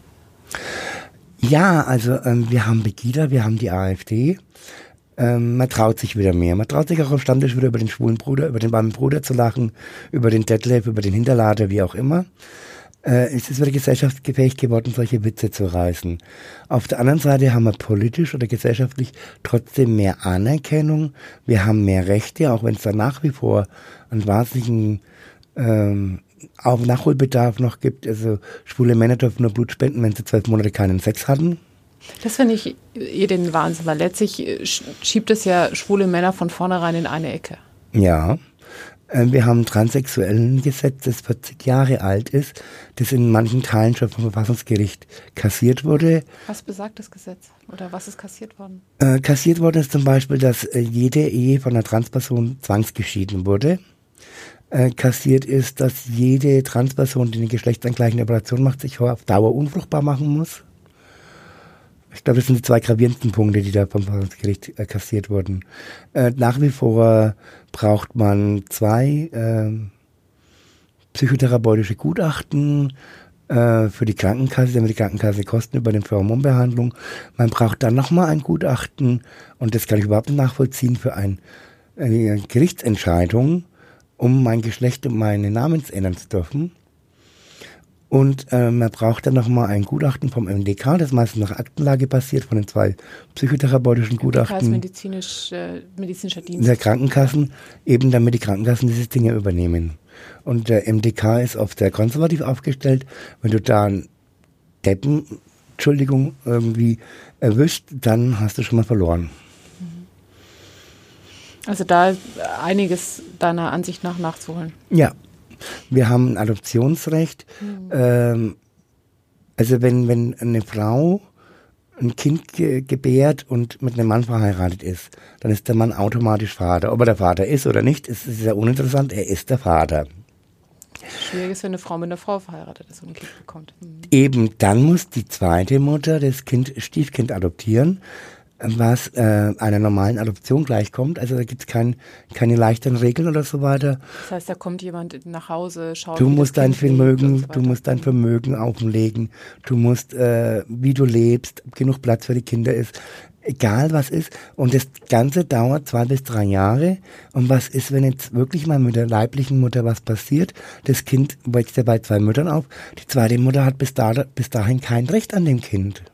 Ja, also ähm, wir haben Pegida, wir haben die AfD. Ähm, man traut sich wieder mehr. Man traut sich auch am Stammtisch wieder über den schwulen Bruder, über den warmen Bruder zu lachen, über den Detlef, über den Hinterlader, wie auch immer. Äh, es ist wieder gesellschaftsfähig geworden, solche Witze zu reißen. Auf der anderen Seite haben wir politisch oder gesellschaftlich trotzdem mehr Anerkennung. Wir haben mehr Rechte, auch wenn es da nach wie vor einen wahnsinnigen ähm, auch Nachholbedarf noch gibt. Also schwule Männer dürfen nur Blut spenden, wenn sie zwölf Monate keinen Sex hatten. Das finde ich eh den Wahnsinn, weil letztlich schiebt es ja schwule Männer von vornherein in eine Ecke. Ja, äh, wir haben ein Transsexuellengesetz, das vierzig Jahre alt ist, das in manchen Teilen schon vom Verfassungsgericht kassiert wurde. Was besagt das Gesetz oder was ist kassiert worden? Äh, kassiert worden ist zum Beispiel, dass äh, jede Ehe von einer Transperson zwangsgeschieden wurde. Äh, kassiert ist, dass jede Transperson, die eine geschlechtsangleichende Operation macht, sich auf Dauer unfruchtbar machen muss. Ich glaube, das sind die zwei gravierendsten Punkte, die da vom Verfassungsgericht äh, kassiert wurden. Äh, nach wie vor braucht man zwei äh, psychotherapeutische Gutachten äh, für die Krankenkasse, damit die Krankenkasse Kosten übernimmt für Hormonbehandlung. Man braucht dann nochmal ein Gutachten, und das kann ich überhaupt nicht nachvollziehen, für ein, eine Gerichtsentscheidung, um mein Geschlecht und meine Namen ändern zu dürfen. Und äh, man braucht dann nochmal ein Gutachten vom M D K, das meistens nach Aktenlage basiert, von den zwei psychotherapeutischen Gutachten. Das heißt medizinisch, äh, medizinischer Dienst. Der Krankenkassen, eben damit die Krankenkassen diese Dinge übernehmen. Und der M D K ist oft sehr konservativ aufgestellt. Wenn du da einen Deppen, Entschuldigung, irgendwie erwischt, dann hast du schon mal verloren. Also da ist einiges deiner Ansicht nach nachzuholen. Ja. Wir haben ein Adoptionsrecht. Mhm. Ähm, also wenn, wenn eine Frau ein Kind ge- gebärt und mit einem Mann verheiratet ist, dann ist der Mann automatisch Vater. Ob er der Vater ist oder nicht, ist, ist ja uninteressant, er ist der Vater. Schwierig ist, wenn eine Frau mit einer Frau verheiratet ist und ein Kind bekommt. Mhm. Eben, dann muss die zweite Mutter das Kind, Stiefkind adoptieren, was äh, einer normalen Adoption gleichkommt. Also da gibt es kein, keine leichteren Regeln oder so weiter. Das heißt, da kommt jemand nach Hause, schaut, du musst dein Vermögen, so du musst dein Vermögen offenlegen, du musst, äh, wie du lebst, genug Platz für die Kinder ist, egal was ist. Und das Ganze dauert zwei bis drei Jahre. Und was ist, wenn jetzt wirklich mal mit der leiblichen Mutter was passiert? Das Kind wächst ja bei zwei Müttern auf. Die zweite Mutter hat bis, da, bis dahin kein Recht an dem Kind.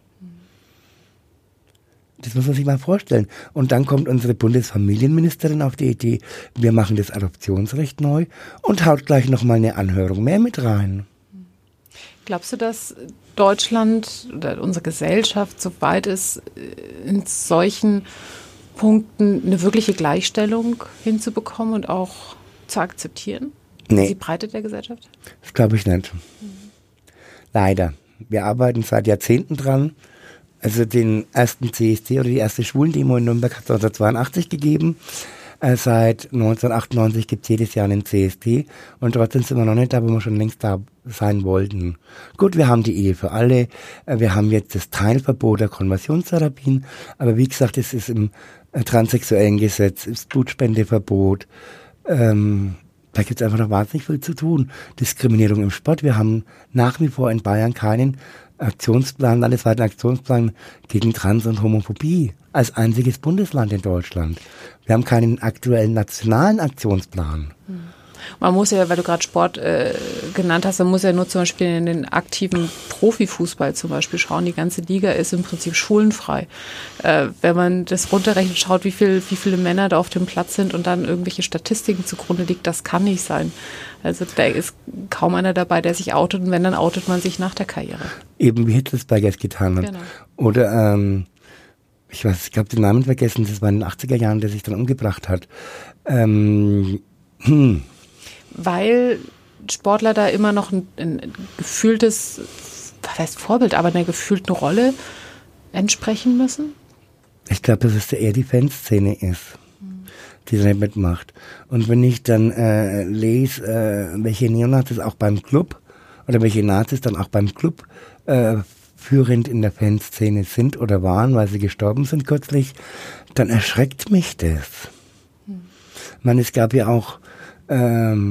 Das muss man sich mal vorstellen. Und dann kommt unsere Bundesfamilienministerin auf die Idee, wir machen das Adoptionsrecht neu und haut gleich nochmal eine Anhörung mehr mit rein. Glaubst du, dass Deutschland oder unsere Gesellschaft so weit ist, in solchen Punkten eine wirkliche Gleichstellung hinzubekommen und auch zu akzeptieren? Nee. Die Breite der Gesellschaft? Das glaube ich nicht. Mhm. Leider. Wir arbeiten seit Jahrzehnten dran. Also den ersten C S D oder die erste Schwulendemo in Nürnberg hat es neunzehnhundertzweiundachtzig gegeben. Äh, seit neunzehnhundertachtundneunzig gibt es jedes Jahr einen C S D und trotzdem sind wir noch nicht da, wo wir schon längst da sein wollten. Gut, wir haben die Ehe für alle, äh, wir haben jetzt das Teilverbot der Konversionstherapien, aber wie gesagt, es ist im äh, transsexuellen Gesetz, das Blutspendeverbot, ähm, da gibt es einfach noch wahnsinnig viel zu tun. Diskriminierung im Sport, wir haben nach wie vor in Bayern keinen Aktionsplan, landesweiten Aktionsplan gegen Trans- und Homophobie als einziges Bundesland in Deutschland. Wir haben keinen aktuellen nationalen Aktionsplan. Man muss ja, weil du gerade Sport äh, genannt hast, man muss ja nur zum Beispiel in den aktiven Profifußball zum Beispiel schauen. Die ganze Liga ist im Prinzip schwulenfrei. Äh, wenn man das runterrechnet, schaut, wie viel, wie viele Männer da auf dem Platz sind und dann irgendwelche Statistiken zugrunde liegt, das kann nicht sein. Also da ist kaum einer dabei, der sich outet, und wenn, dann outet man sich nach der Karriere. Eben wie Hitzelsberger es getan hat. Genau. Oder, ähm, ich weiß, ich habe den Namen vergessen, das war in den achtziger Jahren, der sich dann umgebracht hat. Ähm, hm. Weil Sportler da immer noch ein, ein gefühltes, was heißt Vorbild, aber einer gefühlten Rolle entsprechen müssen? Ich glaube, dass es eher die Fanszene ist, mhm. die da nicht mitmacht. Und wenn ich dann äh, lese, äh, welche Neonazis auch beim Club oder welche Nazis dann auch beim Club äh, führend in der Fanszene sind oder waren, weil sie gestorben sind kürzlich, dann erschreckt mich das. Mhm. Ich meine, es gab ja auch ähm,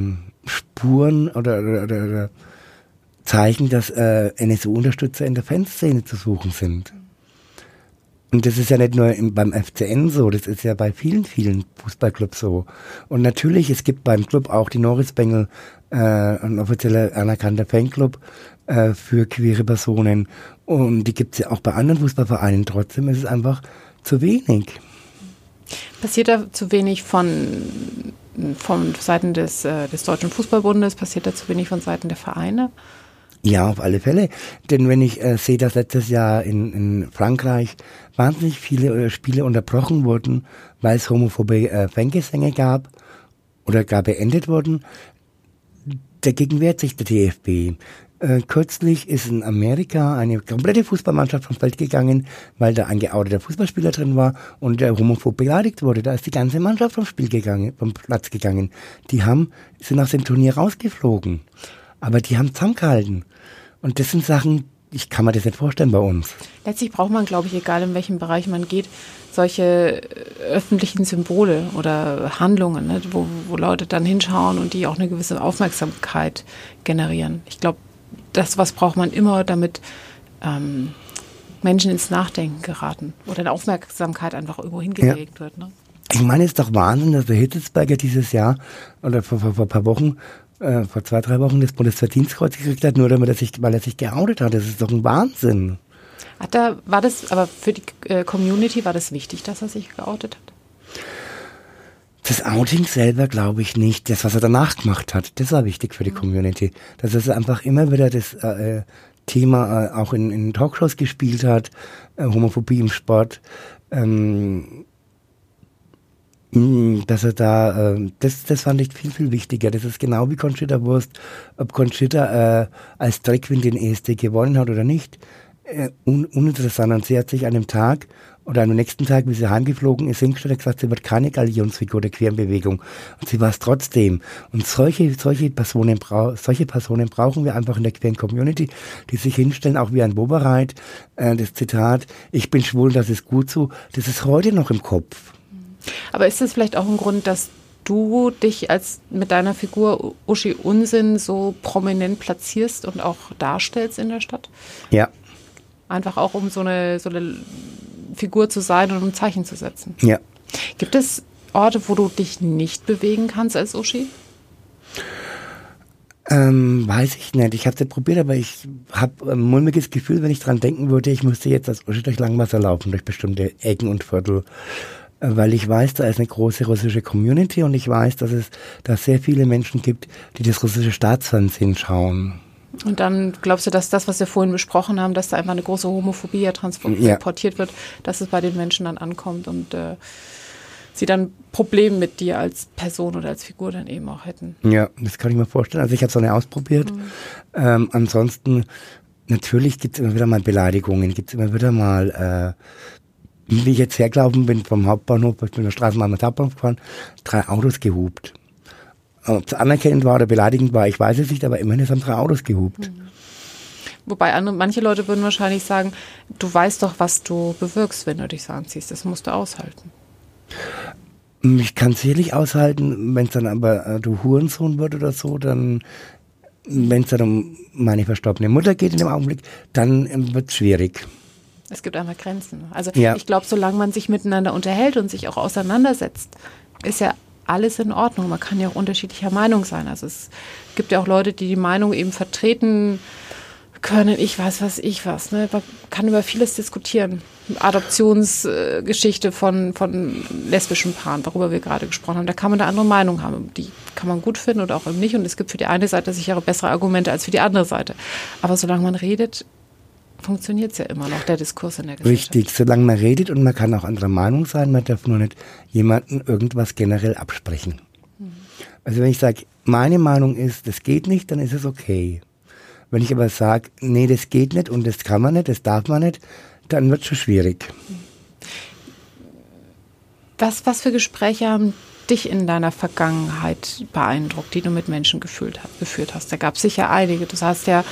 Spuren oder, oder, oder, oder Zeichen, dass äh, N S U-Unterstützer in der Fanszene zu suchen sind. Und das ist ja nicht nur im, beim F C N so, das ist ja bei vielen, vielen Fußballclubs so. Und natürlich, es gibt beim Club auch die Norris Bengel, äh, ein offizieller anerkannter Fanclub äh, für queere Personen. Und die gibt es ja auch bei anderen Fußballvereinen. Trotzdem ist es einfach zu wenig. Passiert da zu wenig von, von Seiten des, äh, des Deutschen Fußballbundes? Passiert da zu wenig von Seiten der Vereine? Ja, auf alle Fälle. Denn wenn ich äh, sehe, dass letztes Jahr in, in Frankreich wahnsinnig viele äh, Spiele unterbrochen wurden, weil es homophobe äh, Fangesänge gab oder gar beendet wurden, dagegen wehrt sich der D F B. Äh, kürzlich ist in Amerika eine komplette Fußballmannschaft vom Feld gegangen, weil da ein geouteter Fußballspieler drin war und der homophob beleidigt wurde. Da ist die ganze Mannschaft vom Spiel gegangen, vom Platz gegangen. Die haben, sind aus dem Turnier rausgeflogen. Aber die haben zusammengehalten. Und das sind Sachen, ich kann mir das nicht vorstellen bei uns. Letztlich braucht man, glaube ich, egal in welchem Bereich man geht, solche öffentlichen Symbole oder Handlungen, ne, wo, wo Leute dann hinschauen und die auch eine gewisse Aufmerksamkeit generieren. Ich glaube, das was braucht man immer, damit ähm, Menschen ins Nachdenken geraten oder eine Aufmerksamkeit einfach irgendwo hingelegt ja. wird. Ne? Ich meine, es ist doch Wahnsinn, dass der Hitzelsberger dieses Jahr oder vor, vor, vor ein paar Wochen Äh, vor zwei, drei Wochen das Bundesverdienstkreuz gekriegt hat, nur damit er sich, weil er sich geoutet hat. Das ist doch ein Wahnsinn. Hat er, war das, aber für die äh, Community war das wichtig, dass er sich geoutet hat? Das Outing selber glaube ich nicht. Das, was er danach gemacht hat, das war wichtig für die Community. Dass er einfach immer wieder das äh, Thema äh, auch in, in Talkshows gespielt hat, äh, Homophobie im Sport, ähm, dass er da, äh, das, das fand ich viel, viel wichtiger. Das ist genau wie Conchita Wurst, ob Conchita äh, als Dragqueen den E S D gewonnen hat oder nicht, äh, un, uninteressant. Und sie hat sich an dem Tag oder am nächsten Tag, wie sie heimgeflogen ist, hingestellt und gesagt, sie wird keine Galionsfigur der queeren Bewegung. Und sie war es trotzdem. Und solche, solche Personen, brau- solche Personen brauchen wir einfach in der queeren Community, die sich hinstellen, auch wie ein Bobereit, äh, das Zitat, ich bin schwul, das ist gut so, das ist heute noch im Kopf. Aber ist das vielleicht auch ein Grund, dass du dich als mit deiner Figur Uschi Unsinn so prominent platzierst und auch darstellst in der Stadt? Ja. Einfach auch, um so eine, so eine Figur zu sein und um ein Zeichen zu setzen? Ja. Gibt es Orte, wo du dich nicht bewegen kannst als Uschi? Ähm, weiß ich nicht. Ich habe es nicht probiert, aber ich habe ein mulmiges Gefühl, wenn ich dran denken würde, ich müsste jetzt als Uschi durch Langwasser laufen, durch bestimmte Ecken und Viertel. Weil ich weiß, da ist eine große russische Community und ich weiß, dass es da sehr viele Menschen gibt, die das russische Staatsfernsehen schauen. Und dann glaubst du, dass das, was wir vorhin besprochen haben, dass da einfach eine große Homophobie ja transportiert ja. wird, dass es bei den Menschen dann ankommt und äh, sie dann Probleme mit dir als Person oder als Figur dann eben auch hätten? Ja, das kann ich mir vorstellen. Also ich habe es auch nicht ausprobiert. Mhm. Ähm, ansonsten, natürlich gibt es immer wieder mal Beleidigungen, gibt es immer wieder mal... Äh, Wie ich jetzt hergelaufen bin vom Hauptbahnhof, ich bin in der Straßenbahn mit Hauptbahnhof gefahren, drei Autos gehupt. Ob es anerkennend war oder beleidigend war, ich weiß es nicht, aber immerhin haben drei Autos gehupt. Mhm. Wobei andere, manche Leute würden wahrscheinlich sagen, du weißt doch, was du bewirkst, wenn du dich so anziehst. Das musst du aushalten. Ich kann es sicherlich aushalten, wenn es dann aber äh, du Hurensohn wird oder so, dann, wenn es dann um meine verstorbene Mutter geht in dem Augenblick, dann äh, wird es schwierig. Es gibt einfach Grenzen. Also ja. ich glaube, solange man sich miteinander unterhält und sich auch auseinandersetzt, ist ja alles in Ordnung. Man kann ja auch unterschiedlicher Meinung sein. Also es gibt ja auch Leute, die die Meinung eben vertreten können. Ich weiß was, ich was. Ne? Man kann über vieles diskutieren. Adoptionsgeschichte äh, von, von lesbischen Paaren, worüber wir gerade gesprochen haben. Da kann man eine andere Meinung haben. Die kann man gut finden oder auch eben nicht. Und es gibt für die eine Seite sicher bessere Argumente als für die andere Seite. Aber solange man redet, funktioniert es ja immer noch, der Diskurs in der Gesellschaft. Richtig, solange man redet und man kann auch anderer Meinung sein, man darf nur nicht jemandem irgendwas generell absprechen. Mhm. Also wenn ich sage, meine Meinung ist, das geht nicht, dann ist es okay. Wenn ich aber sage, nee, das geht nicht und das kann man nicht, das darf man nicht, dann wird es schon schwierig. Was, was für Gespräche haben dich in deiner Vergangenheit beeindruckt, die du mit Menschen gefühlt, geführt hast? Da gab es sicher einige. Du hast ja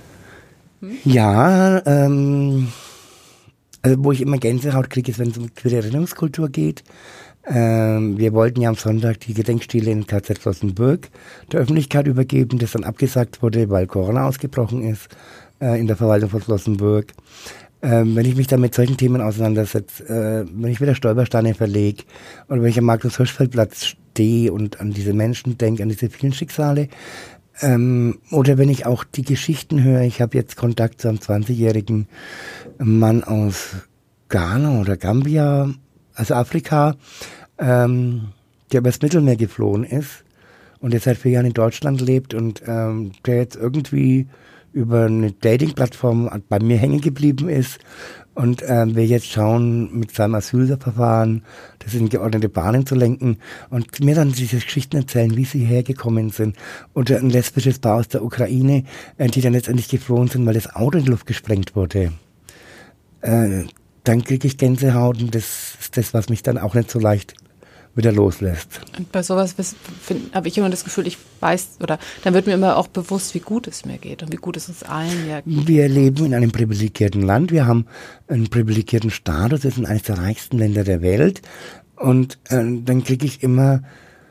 Ja, ähm, also wo ich immer Gänsehaut kriege, ist, wenn es um queere Erinnerungskultur geht. Ähm, wir wollten ja am Sonntag die Gedenkstele in K Z Flossenbürg der Öffentlichkeit übergeben, das dann abgesagt wurde, weil Corona ausgebrochen ist äh, in der Verwaltung von Flossenbürg. Ähm, wenn ich mich dann mit solchen Themen auseinandersetze, äh, wenn ich wieder Stolpersteine verlege oder wenn ich am Markus-Hirschfeld-Platz stehe und an diese Menschen denke, an diese vielen Schicksale, ähm, oder wenn ich auch die Geschichten höre, ich habe jetzt Kontakt zu einem zwanzigjährigen Mann aus Ghana oder Gambia, also Afrika, ähm, der übers Mittelmeer geflohen ist und jetzt seit vier Jahren in Deutschland lebt und ähm, der jetzt irgendwie über eine Dating-Plattform bei mir hängen geblieben ist und ähm, wir jetzt schauen, mit seinem Asylverfahren das in geordnete Bahnen zu lenken und mir dann diese Geschichten erzählen, wie sie hergekommen sind. Oder ein lesbisches Paar aus der Ukraine, äh, die dann letztendlich geflohen sind, weil das Auto in die Luft gesprengt wurde. Äh, dann kriege ich Gänsehaut und das ist das, was mich dann auch nicht so leicht wieder loslässt. Und bei sowas habe ich immer das Gefühl, ich weiß, oder dann wird mir immer auch bewusst, wie gut es mir geht und wie gut es uns allen ja geht. Wir leben in einem privilegierten Land, wir haben einen privilegierten Status, wir sind eines der reichsten Länder der Welt und äh, dann kriege ich immer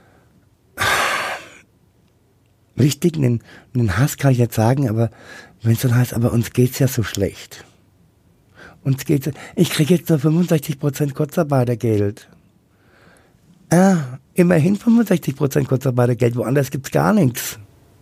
richtig einen, einen Hass, kann ich jetzt sagen, aber wenn es dann heißt, aber uns geht's ja so schlecht. Uns geht's, ich kriege jetzt nur fünfundsechzig Prozent Kurzarbeitergeld. Ah, immerhin fünfundsechzig Prozent Kurzarbeitergeld, woanders gibt's gar nichts.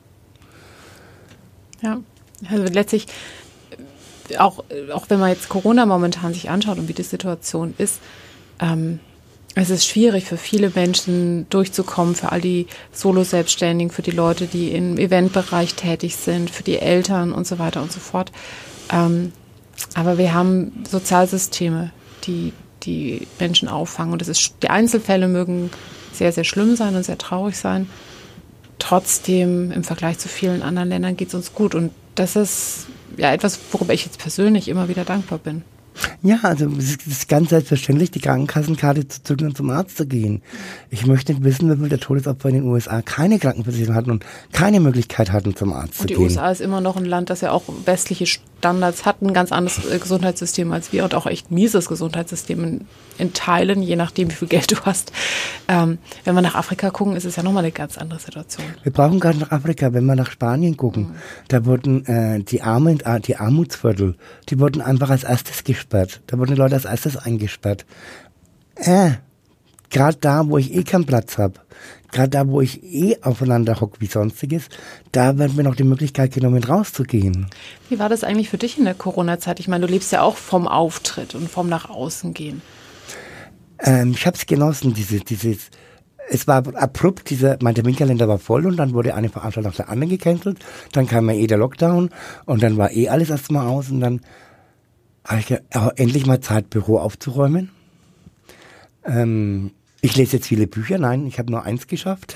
Ja, also letztlich, auch, auch wenn man jetzt Corona momentan sich anschaut und wie die Situation ist, ähm, es ist schwierig für viele Menschen durchzukommen, für all die Solo-Selbstständigen, für die Leute, die im Eventbereich tätig sind, für die Eltern und so weiter und so fort. Ähm, aber wir haben Sozialsysteme, die die Menschen auffangen. Und das ist, die Einzelfälle mögen sehr, sehr schlimm sein und sehr traurig sein. Trotzdem, im Vergleich zu vielen anderen Ländern geht es uns gut. Und das ist ja etwas, worüber ich jetzt persönlich immer wieder dankbar bin. Ja, also es ist ganz selbstverständlich, die Krankenkassenkarte zu zücken und zum Arzt zu gehen. Ich möchte nicht wissen, wie viele der Todesopfer in den U S A keine Krankenversicherung hatten und keine Möglichkeit hatten, zum Arzt und zu gehen. Und die U S A ist immer noch ein Land, das ja auch westliche Standards hat, ein ganz anderes Gesundheitssystem als wir und auch echt mieses Gesundheitssystem in, in Teilen, je nachdem, wie viel Geld du hast. Ähm, wenn wir nach Afrika gucken, ist es ja nochmal eine ganz andere Situation. Wir brauchen gar nicht nach Afrika, wenn wir nach Spanien gucken. Mhm. Da wurden äh, die, Arme, die Armutsviertel, die wurden einfach als erstes gesperrt. Da wurden die Leute als erstes eingesperrt. Äh, gerade da, wo ich eh keinen Platz habe, gerade da, wo ich eh aufeinander hocke wie sonstiges, da wird mir noch die Möglichkeit genommen, rauszugehen. Wie war das eigentlich für dich in der Corona-Zeit? Ich meine, du lebst ja auch vom Auftritt und vom nach außen gehen. Ähm, ich habe es genossen, diese, dieses, es war abrupt, dieser, mein Terminkalender war voll und dann wurde eine Veranstaltung nach der anderen gecancelt, dann kam ja eh der Lockdown und dann war eh alles erstmal aus und dann habe ich gedacht, oh, endlich mal Zeit, Büro aufzuräumen. Ähm, ich lese jetzt viele Bücher, nein, ich habe nur eins geschafft,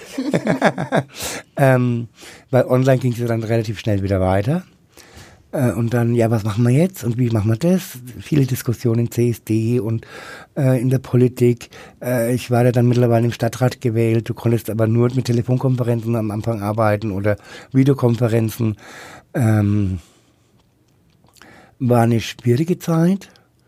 ähm, weil online ging es dann relativ schnell wieder weiter. Und dann, ja, was machen wir jetzt und wie machen wir das? Viele Diskussionen in C S D und äh, in der Politik. Äh, ich war ja dann mittlerweile im Stadtrat gewählt. Du konntest aber nur mit Telefonkonferenzen am Anfang arbeiten oder Videokonferenzen. Ähm, war eine schwierige Zeit.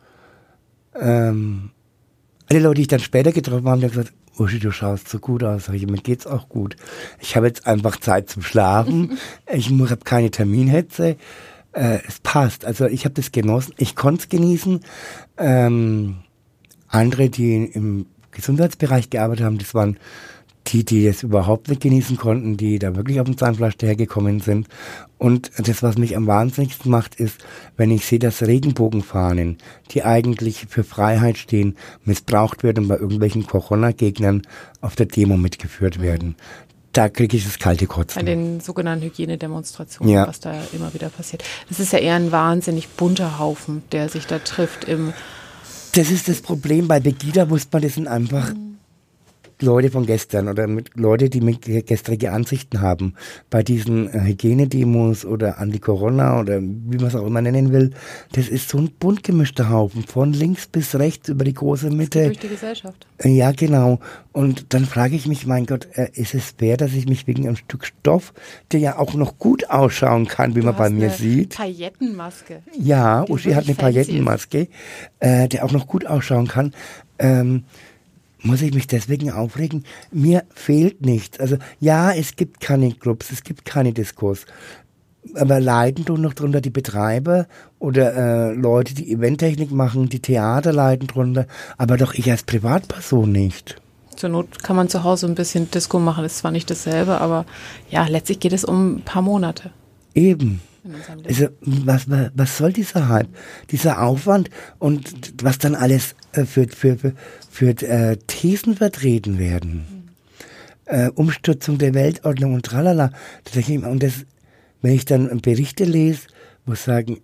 Ähm, alle Leute, die ich dann später getroffen habe, haben gesagt, Uschi, du schaust so gut aus. Sag ich, mir geht's auch gut. Ich habe jetzt einfach Zeit zum Schlafen. Ich habe keine Terminhetze. Äh, es passt. Also ich habe das genossen. Ich konnte es genießen. Ähm, andere, die im Gesundheitsbereich gearbeitet haben, das waren die, die es überhaupt nicht genießen konnten, die da wirklich auf dem Zahnfleisch dahergekommen sind. Und das, was mich am wahnsinnigsten macht, ist, wenn ich sehe, dass Regenbogenfahnen, die eigentlich für Freiheit stehen, missbraucht werden und bei irgendwelchen Corona-Gegnern auf der Demo mitgeführt werden. Da kriege ich das kalte Kotzen. Bei den sogenannten Hygienedemonstrationen, ja. was da immer wieder passiert. Das ist ja eher ein wahnsinnig bunter Haufen, der sich da trifft im... Das ist das Problem. Bei Pegida wusste man, das sind einfach mhm. Leute von gestern oder mit Leute, die mit gestrige Ansichten haben. Bei diesen äh, Hygienedemos oder Anti-Corona oder wie man es auch immer nennen will, das ist so ein bunt gemischter Haufen, von links bis rechts über die große Mitte. Durch die Gesellschaft. Äh, ja, genau. Und dann frage ich mich, mein Gott, äh, ist es fair, dass ich mich wegen einem Stück Stoff, der ja auch noch gut ausschauen kann, wie du man bei mir sieht. Paillettenmaske. Ja, Uschi hat eine Paillettenmaske, äh, der auch noch gut ausschauen kann. Ähm, muss ich mich deswegen aufregen? Mir fehlt nichts. Also ja, es gibt keine Clubs, es gibt keine Diskos. Aber leiden tun noch drunter die Betreiber oder äh, Leute, die Eventtechnik machen, die Theater leiden drunter, aber doch ich als Privatperson nicht. Zur Not kann man zu Hause ein bisschen Disco machen, ist zwar nicht dasselbe, aber ja, letztlich geht es um ein paar Monate. Eben. Also was, was soll dieser Hype, dieser Aufwand und was dann alles äh, für, für, für, für äh, Thesen vertreten werden. Mhm. Äh, Umstürzung der Weltordnung und tralala. Und das, wenn ich dann Berichte lese, muss ich sagen,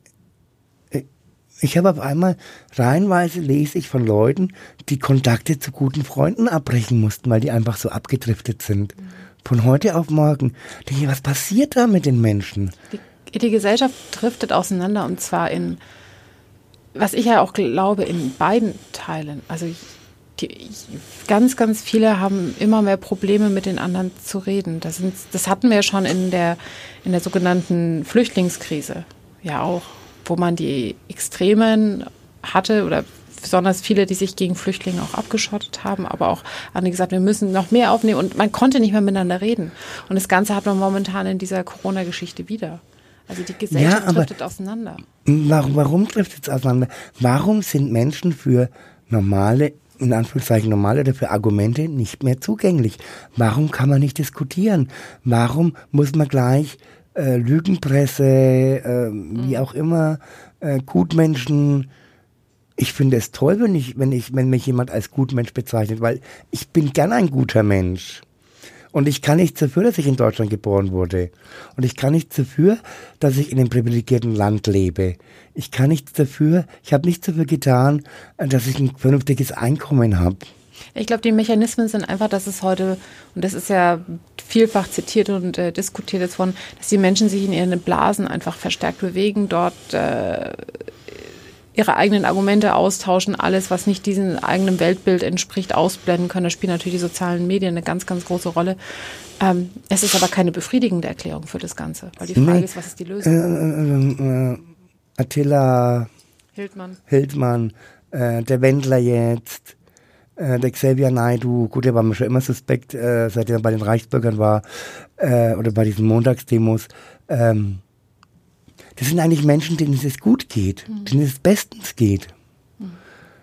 ich habe auf einmal, reihenweise lese ich von Leuten, die Kontakte zu guten Freunden abbrechen mussten, weil die einfach so abgedriftet sind. Mhm. Von heute auf morgen. Denke ich, was passiert da mit den Menschen? Die Die Gesellschaft driftet auseinander und zwar in, was ich ja auch glaube, in beiden Teilen. Also ich, die, ganz, ganz viele haben immer mehr Probleme mit den anderen zu reden. Das, sind, das hatten wir ja schon in der, in der sogenannten Flüchtlingskrise ja auch, wo man die Extremen hatte oder besonders viele, die sich gegen Flüchtlinge auch abgeschottet haben, aber auch andere gesagt, wir müssen noch mehr aufnehmen und man konnte nicht mehr miteinander reden. Und das Ganze hat man momentan in dieser Corona-Geschichte wieder. Also die Gesellschaft ja, driftet auseinander. Warum, warum driftet es auseinander? Warum sind Menschen für normale, in Anführungszeichen normale oder für Argumente nicht mehr zugänglich? Warum kann man nicht diskutieren? Warum muss man gleich äh, Lügenpresse, äh, mhm. wie auch immer, äh, Gutmenschen? Ich finde es toll, wenn ich, wenn ich, wenn mich jemand als Gutmensch bezeichnet, weil ich bin gern ein guter Mensch. Und ich kann nichts dafür, dass ich in Deutschland geboren wurde. Und ich kann nichts dafür, dass ich in einem privilegierten Land lebe. Ich kann nichts dafür, ich habe nichts dafür getan, dass ich ein vernünftiges Einkommen habe. Ich glaube, die Mechanismen sind einfach, dass es heute, und das ist ja vielfach zitiert und äh, diskutiert jetzt von, dass die Menschen sich in ihren Blasen einfach verstärkt bewegen, dort äh, ihre eigenen Argumente austauschen, alles, was nicht diesem eigenen Weltbild entspricht, ausblenden können. Da spielen natürlich die sozialen Medien eine ganz, ganz große Rolle. Ähm, es ist aber keine befriedigende Erklärung für das Ganze, weil die Frage nee. ist, was ist die Lösung? Äh, äh, äh, Attila Hildmann, Hildmann äh, der Wendler jetzt, äh, der Xavier Naidoo, gut, der war mir schon immer suspekt, äh, seitdem er bei den Reichsbürgern war, äh, oder bei diesen Montagsdemos. Ähm, Das sind eigentlich Menschen, denen es gut geht, mhm. denen es bestens geht. Mhm.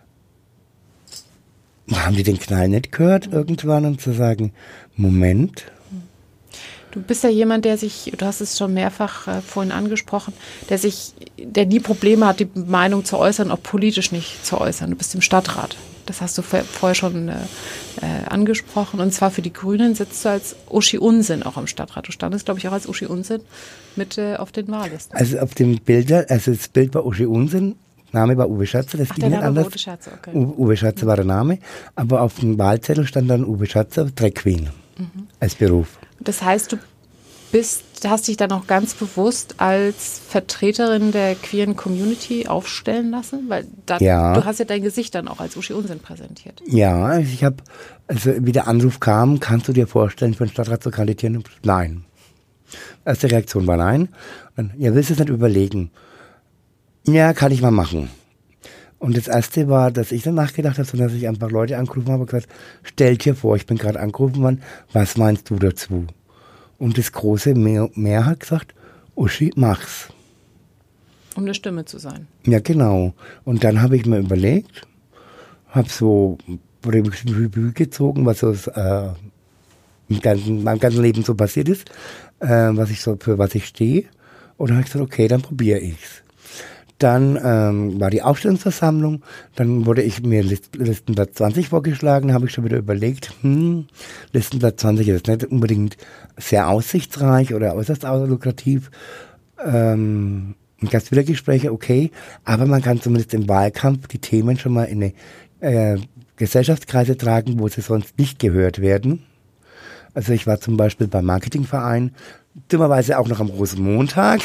Haben die den Knall nicht gehört, mhm. irgendwann, um zu sagen, Moment. Du bist ja jemand, der sich, du hast es schon mehrfach äh, vorhin angesprochen, der sich, der nie Probleme hat, die Meinung zu äußern, auch politisch nicht zu äußern. Du bist im Stadtrat. Das hast du vorher schon äh, äh, angesprochen. Und zwar für die Grünen sitzt du als Uschi Unsinn auch im Stadtrat. Du standest, glaube ich, auch als Uschi Unsinn mit äh, auf den Wahllisten. Also auf dem Bilder, also das Bild war Uschi Unsinn, Name war Uwe Schatzer, das Ach, ging nicht anders. Uwe Schatzer, okay. U- Uwe Schatzer war der Name, aber auf dem Wahlzettel stand dann Uwe Schatzer, Drag Queen, mhm. als Beruf. Das heißt, du bist, hast dich dann auch ganz bewusst als Vertreterin der queeren Community aufstellen lassen? Weil da, ja. du hast ja dein Gesicht dann auch als Uschi Unsinn präsentiert. Ja, ich habe, also wie der Anruf kam, kannst du dir vorstellen, für den Stadtrat zu kandidieren? Nein. Erste Reaktion war nein. Dann, ja, willst du es nicht überlegen? Ja, kann ich mal machen. Und das erste war, dass ich dann nachgedacht habe, sondern dass ich einfach Leute angerufen habe und gesagt, stell dir vor, ich bin gerade angerufen worden, was meinst du dazu? Und das große Mehr, Mehr hat gesagt, Uschi, mach's. Um eine Stimme zu sein. Ja, genau. Und dann habe ich mir überlegt, habe so Revue gezogen, was so äh, im ganzen, meinem ganzen Leben so passiert ist, äh, was ich so, für was ich stehe. Und dann habe ich gesagt, okay, dann probiere ich's. Dann ähm, war die Aufstellungsversammlung, dann wurde ich mir List, Listenblatt zwanzig vorgeschlagen, habe ich schon wieder überlegt, hm, Listenblatt zwanzig ist nicht unbedingt sehr aussichtsreich oder äußerst lukrativ. Ähm, ganz viele Gespräche, okay, aber man kann zumindest im Wahlkampf die Themen schon mal in eine äh, Gesellschaftskreise tragen, wo sie sonst nicht gehört werden. Also ich war zum Beispiel beim Marketingverein, dummerweise auch noch am Rosenmontag,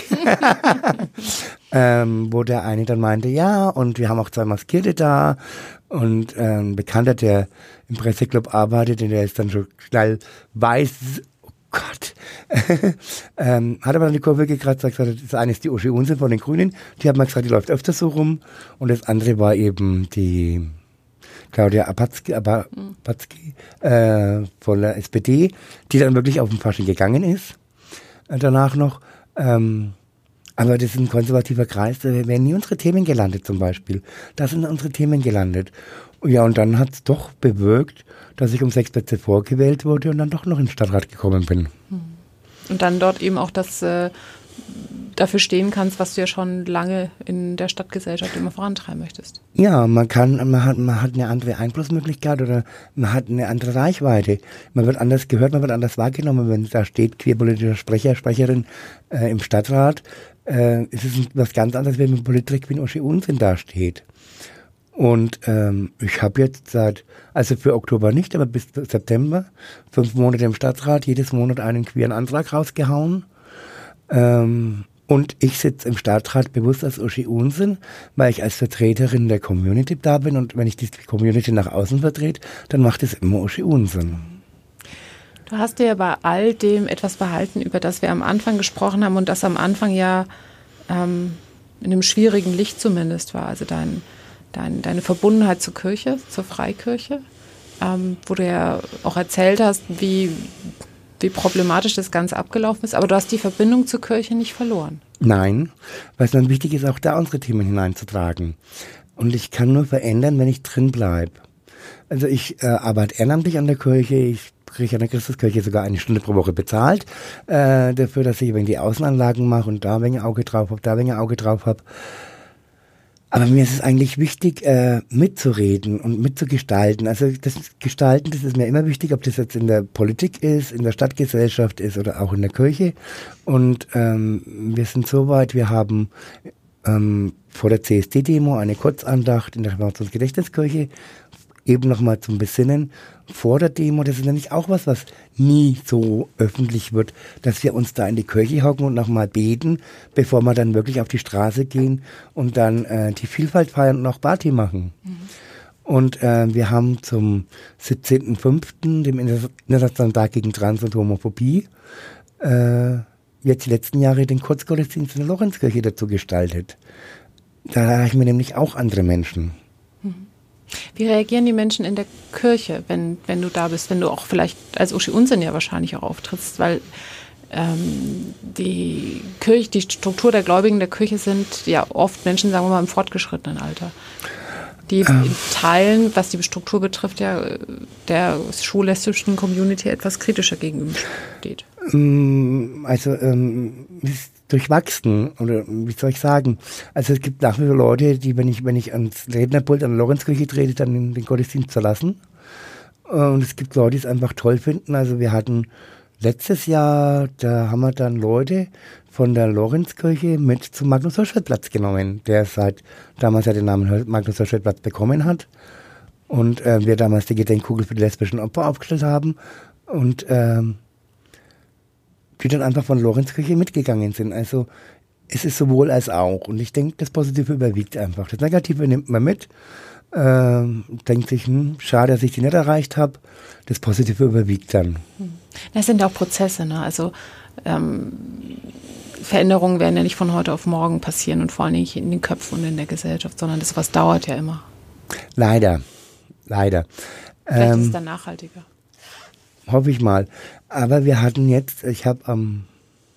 ähm, wo der eine dann meinte, ja, und wir haben auch zwei Maskierte da und ähm, ein Bekannter, der im Presseclub arbeitet, der ist dann schon schnell weiß, oh Gott, ähm, hat aber dann die Kurve gekratzt, hat gesagt, das eine ist die Uschi Unsinn von den Grünen, die hat mal gesagt, die läuft öfter so rum und das andere war eben die Claudia Apatzky, Apatzky äh, von der S P D, die dann wirklich auf den Fasching gegangen ist, äh, danach noch. Ähm, aber das ist ein konservativer Kreis, da wären nie unsere Themen gelandet zum Beispiel. Da sind unsere Themen gelandet. Ja, und dann hat es doch bewirkt, dass ich um sechs Plätze vorgewählt wurde und dann doch noch in den Stadtrat gekommen bin. Und dann dort eben auch das äh, dafür stehen kannst, was du ja schon lange in der Stadtgesellschaft immer vorantreiben möchtest. Ja, man kann, man hat, man hat eine andere Einflussmöglichkeit oder man hat eine andere Reichweite. Man wird anders gehört, man wird anders wahrgenommen. Wenn da steht queerpolitischer Sprecher, Sprecherin äh, im Stadtrat, äh, ist es was ganz anderes, wenn ein Politiker wie Uschi Unsinn da steht. Und ähm, ich habe jetzt seit, also für Oktober nicht, aber bis September, fünf Monate im Stadtrat, jedes Monat einen queeren Antrag rausgehauen. Ähm, und ich sitze im Stadtrat bewusst als Uschi Unsinn, weil ich als Vertreterin der Community da bin. Und wenn ich die Community nach außen vertrete, dann macht es immer Uschi Unsinn. Du hast dir ja bei all dem etwas behalten, über das wir am Anfang gesprochen haben und das am Anfang ja ähm, in einem schwierigen Licht zumindest war. Also dein Dein, deine Verbundenheit zur Kirche, zur Freikirche, ähm, wo du ja auch erzählt hast, wie, wie problematisch das Ganze abgelaufen ist. Aber du hast die Verbindung zur Kirche nicht verloren. Nein, weil es dann wichtig ist, auch da unsere Themen hineinzutragen. Und ich kann nur verändern, wenn ich drin bleibe. Also ich äh, arbeite ehrenamtlich an der Kirche, ich kriege an der Christuskirche sogar eine Stunde pro Woche bezahlt, äh, dafür, dass ich ein wenig die Außenanlagen mache und da ein wenig Auge drauf habe, da ein wenig Auge drauf habe. Aber mir ist es eigentlich wichtig, äh, mitzureden und mitzugestalten. Also das Gestalten, das ist mir immer wichtig, ob das jetzt in der Politik ist, in der Stadtgesellschaft ist oder auch in der Kirche. Und ähm, wir sind so weit, wir haben ähm, vor der C S D-Demo eine Kurzandacht in der Reformationsgedächtniskirche, eben nochmal zum Besinnen vor der Demo. Das ist nämlich auch was, was nie so öffentlich wird, dass wir uns da in die Kirche hocken und nochmal beten, bevor wir dann wirklich auf die Straße gehen und dann äh, die Vielfalt feiern und auch Party machen. Mhm. Und äh, wir haben zum siebzehnten fünften, dem Internationalen Tag gegen Trans- und Homophobie, äh, jetzt die letzten Jahre den Kurzgottesdienst in der Lorenzkirche dazu gestaltet. Da erreichen wir nämlich auch andere Menschen. Wie reagieren die Menschen in der Kirche, wenn, wenn du da bist, wenn du auch vielleicht als Uschi Unsinn ja wahrscheinlich auch auftrittst, weil ähm, die Kirche, die Struktur der Gläubigen der Kirche sind ja oft Menschen, sagen wir mal, im fortgeschrittenen Alter, die ähm. in Teilen, was die Struktur betrifft, ja der schwul-lesbischen Community etwas kritischer gegenübersteht. Also ähm, ist durchwachsen, oder wie soll ich sagen? Also es gibt nach wie vor Leute, die, wenn ich, wenn ich ans Rednerpult an der Lorenzkirche trete, dann den, den Gottesdienst verlassen. Und es gibt Leute, die es einfach toll finden. Also wir hatten letztes Jahr, da haben wir dann Leute von der Lorenzkirche mit zum Magnus-Hirschfeld-Platz genommen, der seit damals ja den Namen Magnus-Hirschfeld-Platz bekommen hat. Und äh, wir damals die Gedenkkugel für die lesbischen Opfer aufgestellt haben. Und ähm, die dann einfach von Lorenzkirche mitgegangen sind. Also es ist sowohl als auch. Und ich denke, das Positive überwiegt einfach. Das Negative nimmt man mit, äh, denkt sich, hm, schade, dass ich die nicht erreicht habe. Das Positive überwiegt dann. Das sind auch Prozesse, ne? Also ähm, Veränderungen werden ja nicht von heute auf morgen passieren und vor allem nicht in den Köpfen und in der Gesellschaft, sondern das was dauert ja immer. Leider, leider. Vielleicht ähm, ist es dann nachhaltiger. Hoffe ich mal. Aber wir hatten jetzt, ich habe am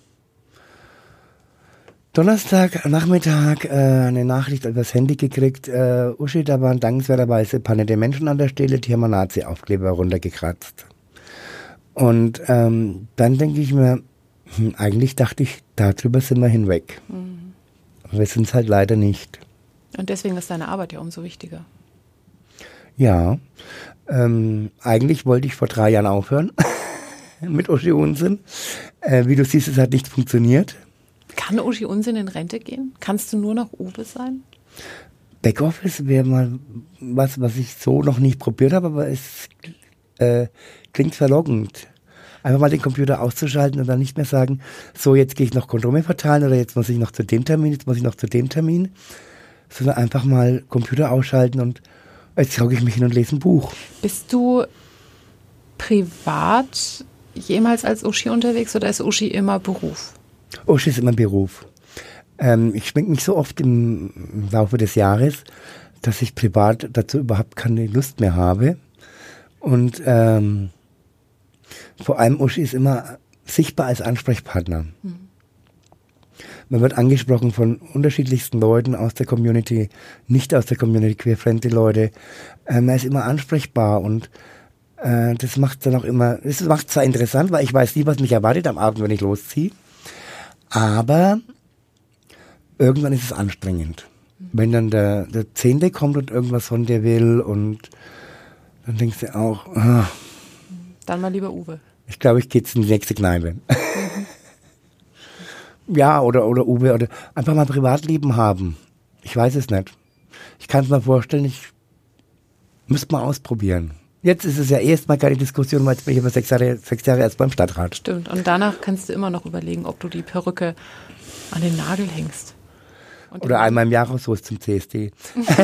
Donnerstag Nachmittag äh, eine Nachricht übers Handy gekriegt. Äh, Uschi, da waren dankenswerterweise ein paar nette Menschen an der Stelle, die haben einen Nazi-Aufkleber runtergekratzt. Und ähm, dann denke ich mir, hm, eigentlich dachte ich, darüber sind wir hinweg. Mhm. Aber wir sind es halt leider nicht. Und deswegen ist deine Arbeit ja umso wichtiger. Ja, ähm, eigentlich wollte ich vor drei Jahren aufhören mit Uschi Unsinn. Äh, wie du siehst, es hat nicht funktioniert. Kann Uschi Unsinn in Rente gehen? Kannst du nur noch Uwe sein? Backoffice wäre mal was, was ich so noch nicht probiert habe, aber es äh, klingt verlockend. Einfach mal den Computer auszuschalten und dann nicht mehr sagen, so jetzt gehe ich noch Kondome verteilen oder jetzt muss ich noch zu dem Termin, jetzt muss ich noch zu dem Termin. Sondern einfach mal Computer ausschalten und jetzt hocke ich mich hin und lese ein Buch. Bist du privat jemals als Uschi unterwegs oder ist Uschi immer Beruf? Uschi ist immer Beruf. Ähm, ich schminke mich so oft im, im Laufe des Jahres, dass ich privat dazu überhaupt keine Lust mehr habe. Und ähm, vor allem Uschi ist immer sichtbar als Ansprechpartner. Mhm. Man wird angesprochen von unterschiedlichsten Leuten aus der Community, nicht aus der Community, queer-friendly Leute. Äh, man ist immer ansprechbar und äh, das macht dann auch immer, das macht zwar interessant, weil ich weiß nie, was mich erwartet am Abend, wenn ich losziehe, aber irgendwann ist es anstrengend. Mhm. Wenn dann der, der Zehnte kommt und irgendwas von dir will und dann denkst du auch, ah, dann mal lieber Uwe. Ich glaube, ich gehe jetzt in die nächste Kneipe. Mhm. Ja, oder, oder Uwe, oder einfach mal Privatleben haben. Ich weiß es nicht. Ich kann es mir vorstellen, ich müsste mal ausprobieren. Jetzt ist es ja erstmal keine Diskussion, weil jetzt bin ich aber sechs Jahre, sechs Jahre erst beim Stadtrat. Stimmt, und danach kannst du immer noch überlegen, ob du die Perücke an den Nagel hängst. Und oder einmal im Jahr so ist zum C S D.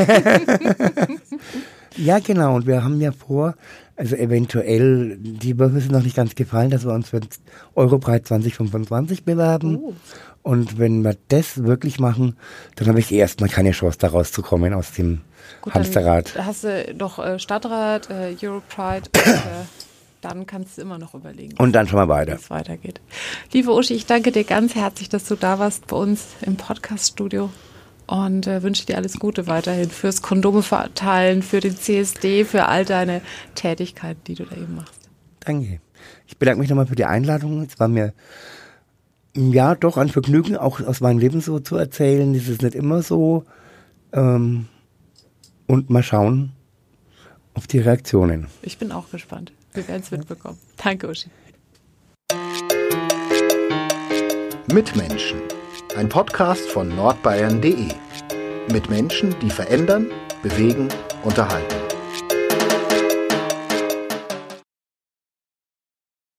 Ja, genau. Und wir haben ja vor, also eventuell, die Würfel sind noch nicht ganz gefallen, dass wir uns für Europreis zwanzig fünfundzwanzig bewerben. Oh. Und wenn wir das wirklich machen, dann habe ich erstmal keine Chance, da rauszukommen aus dem Gut, Hamsterrad. Dann hast du doch äh, Stadtrat, äh, Europride und äh, dann kannst du immer noch überlegen. Und dann schon mal weiter. Wie es weitergeht. Liebe Uschi, ich danke dir ganz herzlich, dass du da warst bei uns im Podcast-Studio. Und äh, wünsche dir alles Gute weiterhin fürs Kondome verteilen, für den C S D, für all deine Tätigkeiten, die du da eben machst. Danke. Ich bedanke mich nochmal für die Einladung. Es war mir ja doch ein Vergnügen, auch aus meinem Leben so zu erzählen. Das ist nicht immer so. Ähm, und mal schauen auf die Reaktionen. Ich bin auch gespannt. Wir werden es mitbekommen. Danke, Uschi. Mitmenschen. Ein Podcast von nordbayern punkt de. Mit Menschen, die verändern, bewegen, unterhalten.